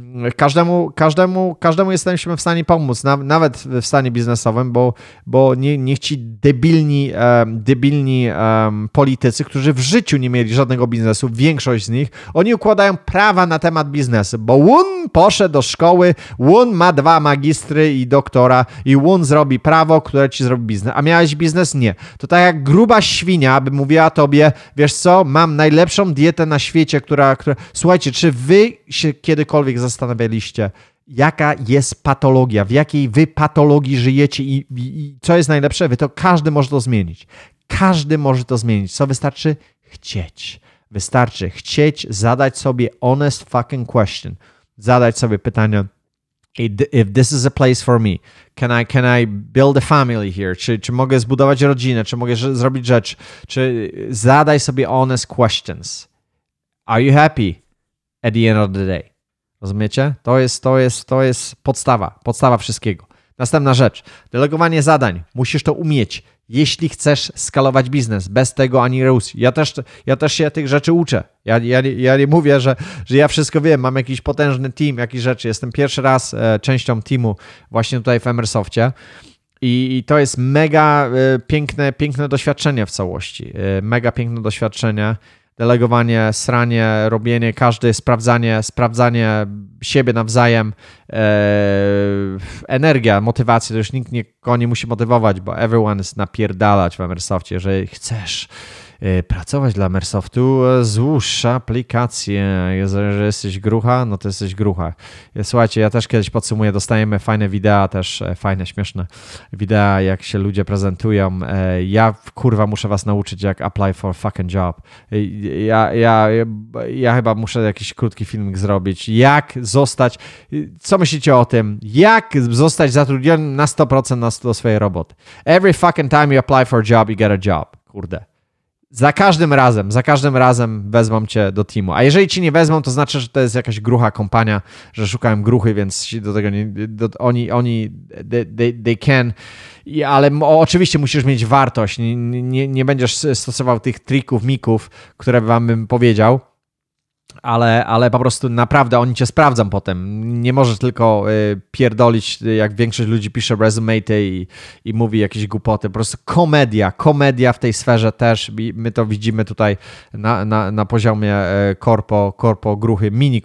każdemu jesteśmy w stanie pomóc, nawet w stanie biznesowym, bo niech ci debilni politycy, którzy w życiu nie mieli żadnego biznesu, większość z nich, oni układają prawa na temat biznesu, bo on poszedł do szkoły, on ma 2 magistry i doktora i on zrobi prawo, które ci zrobi biznes. A miałeś biznes? Nie. To tak jak gruba świnia by mówiła tobie, wiesz co, mam najlepszą dietę na świecie, która... Słuchajcie, czy wy się kiedykolwiek zastanawialiście, jaka jest patologia, w jakiej wy patologii żyjecie i co jest najlepsze? Każdy może to zmienić. Każdy może to zmienić. Co wystarczy? Chcieć. Wystarczy chcieć, zadać sobie honest fucking question. Zadać sobie pytanie, if this is a place for me, can I build a family here? Czy mogę zbudować rodzinę? Czy mogę zrobić rzecz? Czy zadaj sobie honest questions. Are you happy? at the end of the day. Rozumiecie? To jest podstawa wszystkiego. Następna rzecz. Delegowanie zadań. Musisz to umieć, jeśli chcesz skalować biznes. Bez tego ani rusz. Ja też się tych rzeczy uczę. Ja nie mówię, że ja wszystko wiem. Mam jakiś potężny team, jakieś rzeczy. Jestem pierwszy raz częścią teamu właśnie tutaj w Emersoftie. I to jest mega piękne doświadczenie w całości. Mega piękne doświadczenie. Delegowanie, sranie, robienie, każdy, sprawdzanie siebie nawzajem, energia, motywacja, to już nikt nikogo nie musi motywować, bo everyone jest napierdalać w Emersoftie. Jeżeli chcesz pracować dla Emersoftu, złóż aplikację. Jeżeli jesteś grucha, no to jesteś grucha. Słuchajcie, ja też kiedyś podsumuję, dostajemy fajne wideo, też fajne, śmieszne wideo, jak się ludzie prezentują. Ja kurwa muszę was nauczyć, jak apply for fucking job. Ja chyba muszę jakiś krótki filmik zrobić. Jak zostać, co myślicie o tym? Jak zostać zatrudnionym na 100% do swojej roboty? Every fucking time you apply for a job, you get a job. Kurde. Za każdym razem wezmą cię do teamu. A jeżeli ci nie wezmą, to znaczy, że to jest jakaś grucha kompania, że szukają gruchy, więc do tego they can. Ale oczywiście musisz mieć wartość. Nie będziesz stosował tych trików, mików, które wam bym powiedział. Ale po prostu naprawdę oni cię sprawdzą potem. Nie możesz tylko pierdolić, jak większość ludzi pisze resume'y i mówi jakieś głupoty. Po prostu komedia w tej sferze też. My to widzimy tutaj na poziomie korpo, gruchy, mini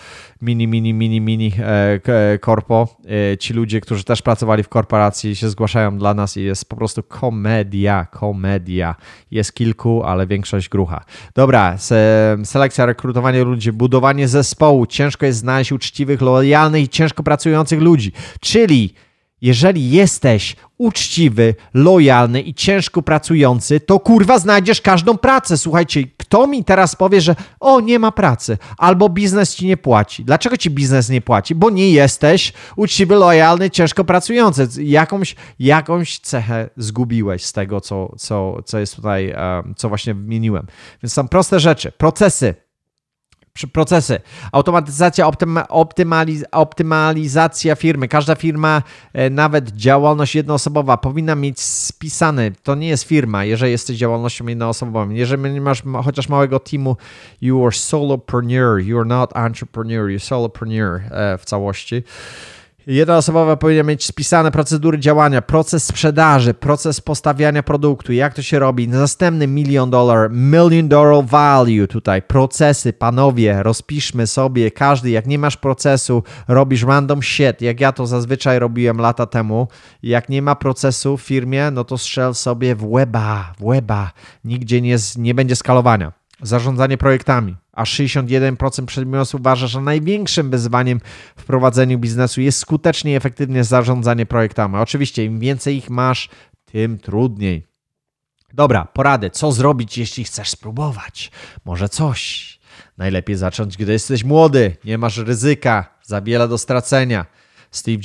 korpo. Ci ludzie, którzy też pracowali w korporacji, się zgłaszają dla nas i jest po prostu komedia. Jest kilku, ale większość grucha. Dobra, selekcja, rekrutowanie ludzi, budowanie zespołu. Ciężko jest znaleźć uczciwych, lojalnych i ciężko pracujących ludzi. Czyli jeżeli jesteś uczciwy, lojalny i ciężko pracujący, to kurwa znajdziesz każdą pracę. Słuchajcie, kto mi teraz powie, że nie ma pracy, albo biznes ci nie płaci. Dlaczego ci biznes nie płaci? Bo nie jesteś uczciwy, lojalny, ciężko pracujący. Jakąś cechę zgubiłeś z tego, co jest tutaj, co właśnie wymieniłem. Więc są proste rzeczy, procesy, automatyzacja, optymalizacja firmy. Każda firma, nawet działalność jednoosobowa powinna mieć spisane, to nie jest firma, jeżeli jesteś działalnością jednoosobową. Jeżeli nie masz chociaż małego teamu, you are solopreneur, you are not entrepreneur, you are solopreneur w całości. Jednoosobowa powinna mieć spisane procedury działania, proces sprzedaży, proces postawiania produktu, jak to się robi. Następny $1 million value tutaj, procesy, panowie, rozpiszmy sobie każdy, jak nie masz procesu, robisz random shit, jak ja to zazwyczaj robiłem lata temu, jak nie ma procesu w firmie, no to strzel sobie w łeba, nigdzie nie będzie skalowania. Zarządzanie projektami. Aż 61% przedsiębiorców uważa, że największym wyzwaniem w prowadzeniu biznesu jest skutecznie i efektywnie zarządzanie projektami. Oczywiście im więcej ich masz, tym trudniej. Dobra, porady. Co zrobić, jeśli chcesz spróbować? Może coś. Najlepiej zacząć, gdy jesteś młody. Nie masz ryzyka, za wiele do stracenia. Steve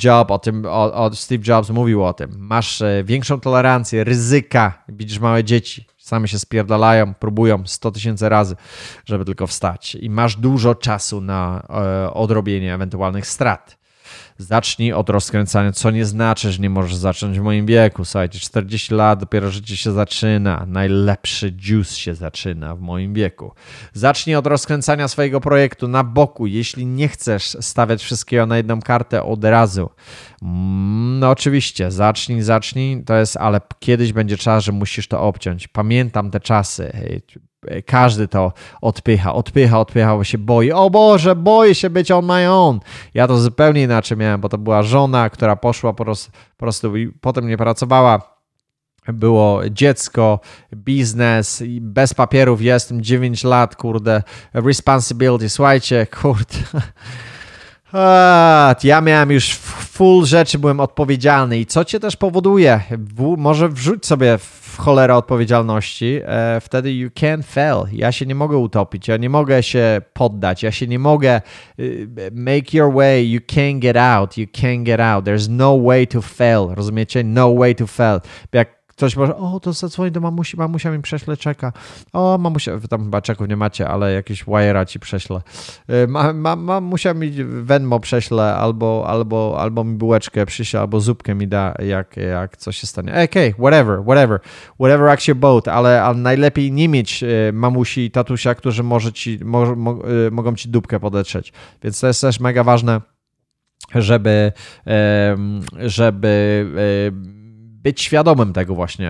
Jobs mówił o tym. Masz większą tolerancję, ryzyka. Widzisz małe dzieci. Same się spierdalają, próbują 100 000 razy, żeby tylko wstać. I masz dużo czasu na odrobienie ewentualnych strat. Zacznij od rozkręcania, co nie znaczy, że nie możesz zacząć w moim wieku. Słuchajcie, 40 lat, dopiero życie się zaczyna. Najlepszy juice się zaczyna w moim wieku. Zacznij od rozkręcania swojego projektu na boku, jeśli nie chcesz stawiać wszystkiego na jedną kartę od razu. No oczywiście, zacznij, to jest, ale kiedyś będzie czas, że musisz to obciąć. Pamiętam te czasy. Każdy to odpycha, bo się boi. O Boże, boję się być on my own. Ja to zupełnie inaczej miałem, bo to była żona, która poszła po prostu i potem nie pracowała. Było dziecko, biznes, bez papierów jestem, 9 lat, kurde, responsibility, słuchajcie, kurde. Ja miałem już full rzeczy, byłem odpowiedzialny i co cię też powoduje? Może wrzuć sobie w cholerę odpowiedzialności, wtedy you can't fail. Ja się nie mogę utopić, ja nie mogę się poddać, ja się nie mogę make your way, you can't get out. There's no way to fail, rozumiecie? No way to fail. Jak Ktoś może, to zadzwoni do mamusi, mamusia mi prześle czeka. Mamusia, wy tam chyba czeków nie macie, ale jakiś wire'a ci prześle. Mamusia mi Venmo prześle, albo mi bułeczkę przyśle, albo zupkę mi da, jak coś się stanie. Okay, whatever rocks your boat, ale najlepiej nie mieć mamusi i tatusia, którzy mogą ci dupkę podetrzeć. Więc to jest też mega ważne, żeby być świadomym tego właśnie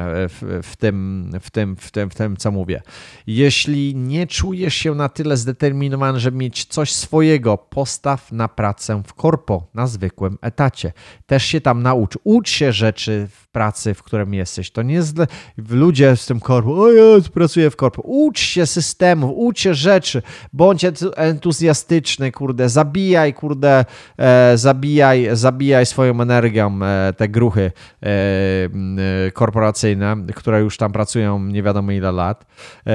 w tym, co mówię. Jeśli nie czujesz się na tyle zdeterminowany, żeby mieć coś swojego, postaw na pracę w korpo, na zwykłym etacie. Też się tam naucz. Ucz się rzeczy w pracy, w którym jesteś. To nie jest ludzie z tym korpo, ja pracuję w korpo. Ucz się systemów, ucz się rzeczy. Bądź entuzjastyczny, zabijaj swoją energią te gruchy korporacyjne, które już tam pracują nie wiadomo ile lat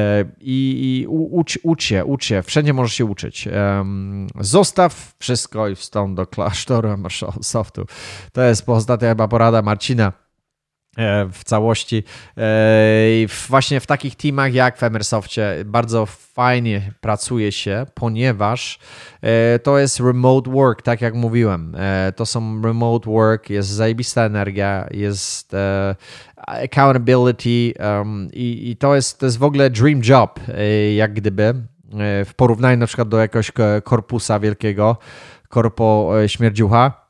i ucz się, wszędzie możesz się uczyć. Zostaw wszystko i wstąp do klasztoru Microsoftu. To jest ostatnia chyba porada Marcina w całości. Właśnie w takich teamach jak w Emersoftie bardzo fajnie pracuje się, ponieważ to jest remote work, tak jak mówiłem. To są remote work, jest zajebista energia, jest accountability i to jest w ogóle dream job, jak gdyby w porównaniu na przykład do jakiegoś korpusa wielkiego, korpo śmierdziucha.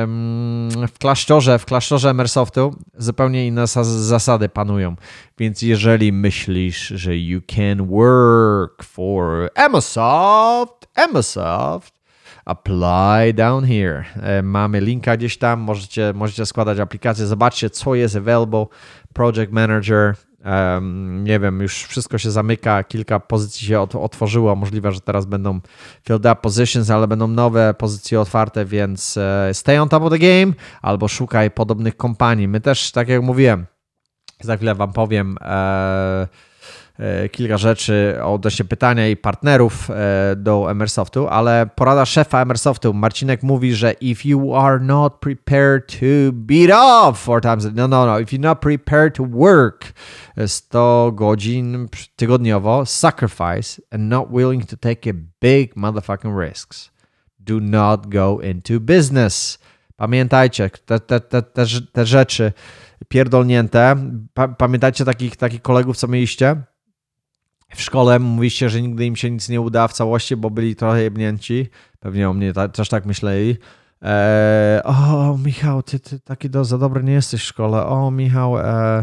W klasztorze Emersoftu zupełnie inne zasady panują. Więc jeżeli myślisz, że you can work for Emersoft, apply down here. Mamy linka gdzieś tam, możecie składać aplikację, zobaczcie co jest available, project manager. Nie wiem, już wszystko się zamyka, kilka pozycji się otworzyło, możliwe, że teraz będą filled up positions, ale będą nowe pozycje otwarte, więc stay on top of the game albo szukaj podobnych kompanii. My też, tak jak mówiłem, za chwilę wam powiem kilka rzeczy odnośnie pytania i partnerów do Emersoftu, ale porada szefa Emersoftu, Marcinek mówi, że if you are not prepared to beat off 4 times, no, if you're not prepared to work 100 godzin tygodniowo, sacrifice and not willing to take a big motherfucking risks, do not go into business. Pamiętajcie, te rzeczy pierdolnięte, pamiętajcie takich kolegów, co mieliście? W szkole mówiliście, że nigdy im się nic nie uda w całości, bo byli trochę jebnięci. Pewnie o mnie też tak myśleli. Michał, ty taki za dobry nie jesteś w szkole. Michał,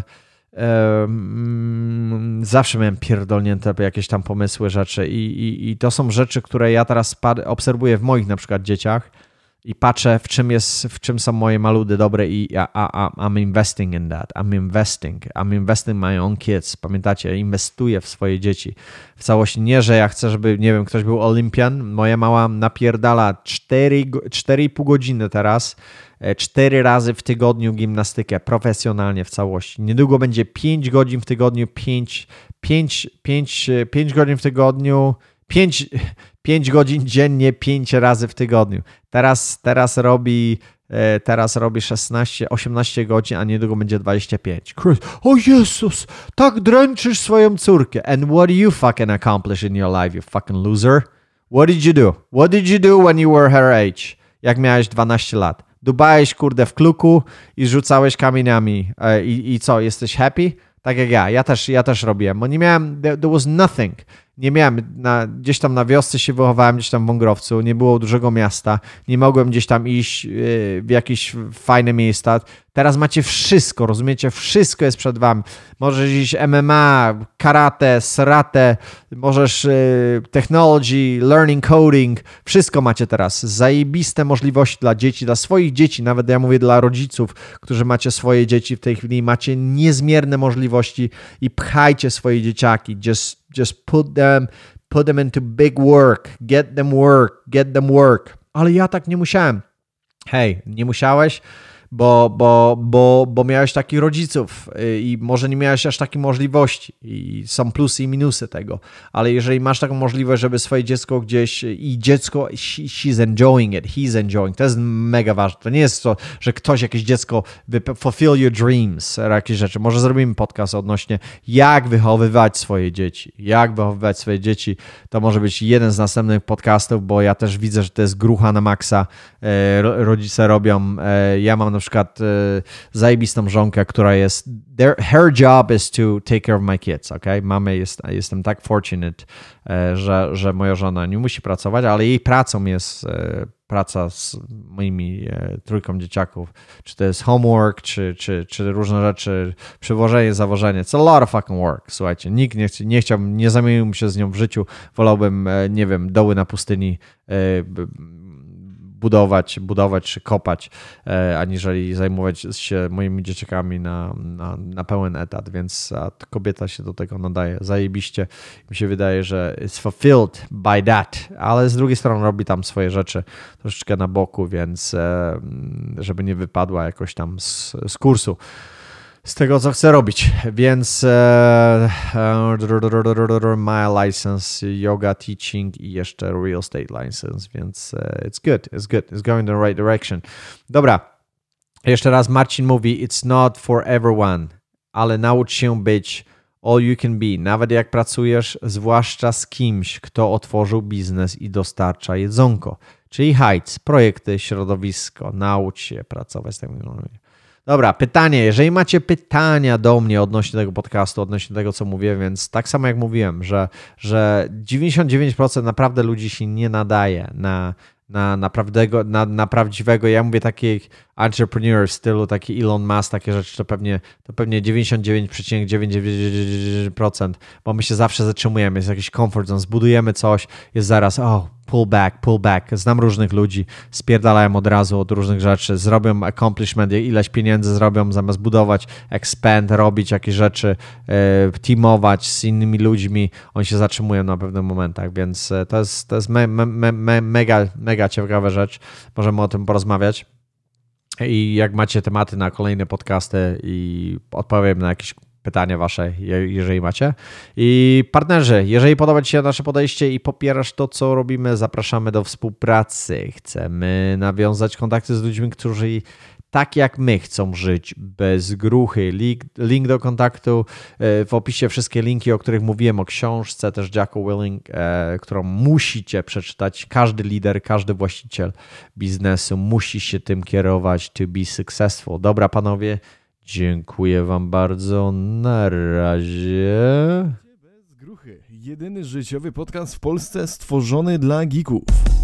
zawsze miałem pierdolnięte jakieś tam pomysły, rzeczy i to są rzeczy, które ja teraz obserwuję w moich na przykład dzieciach i patrzę, w czym są moje maludy dobre i I'm investing in that. I'm investing my own kids. Pamiętacie, inwestuję w swoje dzieci. W całości nie, że ja chcę, żeby, nie wiem, ktoś był Olympian. Moja mała napierdala 4,5 godziny teraz, 4 razy w tygodniu gimnastykę, profesjonalnie w całości. Niedługo będzie 5 godzin w tygodniu, 5 godzin w tygodniu, 5 godzin dziennie, 5 razy w tygodniu. Teraz robi 18 godzin, a niedługo będzie 25. O Jezus, tak dręczysz swoją córkę. And what do you fucking accomplish in your life, you fucking loser? What did you do? What did you do when you were her age? Jak miałeś 12 lat? Dubałeś, kurde, w kluku i rzucałeś kamieniami. I co, jesteś happy? Tak jak ja też robiłem, bo nie miałem, there was nothing. Nie miałem, gdzieś tam na wiosce się wychowałem, gdzieś tam w Wągrowcu, nie było dużego miasta, nie mogłem gdzieś tam iść w jakieś fajne miejsca. Teraz macie wszystko, rozumiecie? Wszystko jest przed wami. Możesz iść MMA, karate, sarate, możesz technology, learning coding, wszystko macie teraz. Zajebiste możliwości dla dzieci, dla swoich dzieci, nawet ja mówię dla rodziców, którzy macie swoje dzieci w tej chwili, macie niezmierne możliwości i pchajcie swoje dzieciaki. Just put them into big work, get them work. Ale ja tak nie musiałem. Hej, nie musiałeś? bo miałeś takich rodziców i może nie miałeś aż takiej możliwości i są plusy i minusy tego, ale jeżeli masz taką możliwość, żeby swoje dziecko gdzieś i dziecko, she's enjoying it, he's enjoying, to jest mega ważne. To nie jest to, że ktoś, jakieś dziecko fulfill your dreams, jakieś rzeczy. Może zrobimy podcast odnośnie jak wychowywać swoje dzieci. Jak wychowywać swoje dzieci, to może być jeden z następnych podcastów, bo ja też widzę, że to jest grucha na maksa. Rodzice robią. Ja mam na przykład zajebistą żonkę, która jest her job is to take care of my kids, okay? Jestem tak fortunate, że moja żona nie musi pracować, ale jej pracą jest praca z moimi trójką dzieciaków. Czy to jest homework, czy różne rzeczy, przywożenie, zawożenie. It's a lot of fucking work, słuchajcie. Nikt nie zamieniłbym się z nią w życiu. Wolałbym, nie wiem, doły na pustyni budować czy kopać, aniżeli zajmować się moimi dzieciakami na pełen etat, więc kobieta się do tego nadaje zajebiście. Mi się wydaje, że it's fulfilled by that, ale z drugiej strony robi tam swoje rzeczy troszeczkę na boku, więc żeby nie wypadła jakoś tam z kursu. Z tego, co chcę robić, więc my license, yoga teaching i jeszcze real estate license, więc it's going in the right direction. Dobra, jeszcze raz Marcin mówi, it's not for everyone, ale naucz się być all you can be, nawet jak pracujesz, zwłaszcza z kimś, kto otworzył biznes i dostarcza jedzonko, czyli Heights, projekty, środowisko, naucz się pracować z tym. Dobra, pytanie. Jeżeli macie pytania do mnie odnośnie tego podcastu, odnośnie tego, co mówię, więc tak samo jak mówiłem, że 99% naprawdę ludzi się nie nadaje na prawdziwego, ja mówię takich entrepreneur w stylu taki Elon Musk, takie rzeczy, to pewnie 99,99%, bo my się zawsze zatrzymujemy, jest jakiś comfort zone, zbudujemy coś, jest zaraz pull back. Znam różnych ludzi, spierdalają od razu od różnych rzeczy, zrobią accomplishment, ileś pieniędzy zrobią, zamiast budować, expand, robić jakieś rzeczy, teamować z innymi ludźmi, oni się zatrzymują na pewnych momentach, więc to jest mega ciekawa rzecz, możemy o tym porozmawiać. I jak macie tematy na kolejne podcasty i odpowiem na jakieś pytania wasze, jeżeli macie. I partnerzy, jeżeli podoba ci się nasze podejście i popierasz to, co robimy, zapraszamy do współpracy. Chcemy nawiązać kontakty z ludźmi, którzy tak jak my chcą żyć bez gruchy. Link do kontaktu w opisie, wszystkie linki, o których mówiłem, o książce też Jocko Willink, którą musicie przeczytać. Każdy lider, każdy właściciel biznesu musi się tym kierować to be successful. Dobra, panowie, dziękuję wam bardzo. Na razie. Bez gruchy. Jedyny życiowy podcast w Polsce stworzony dla geeków.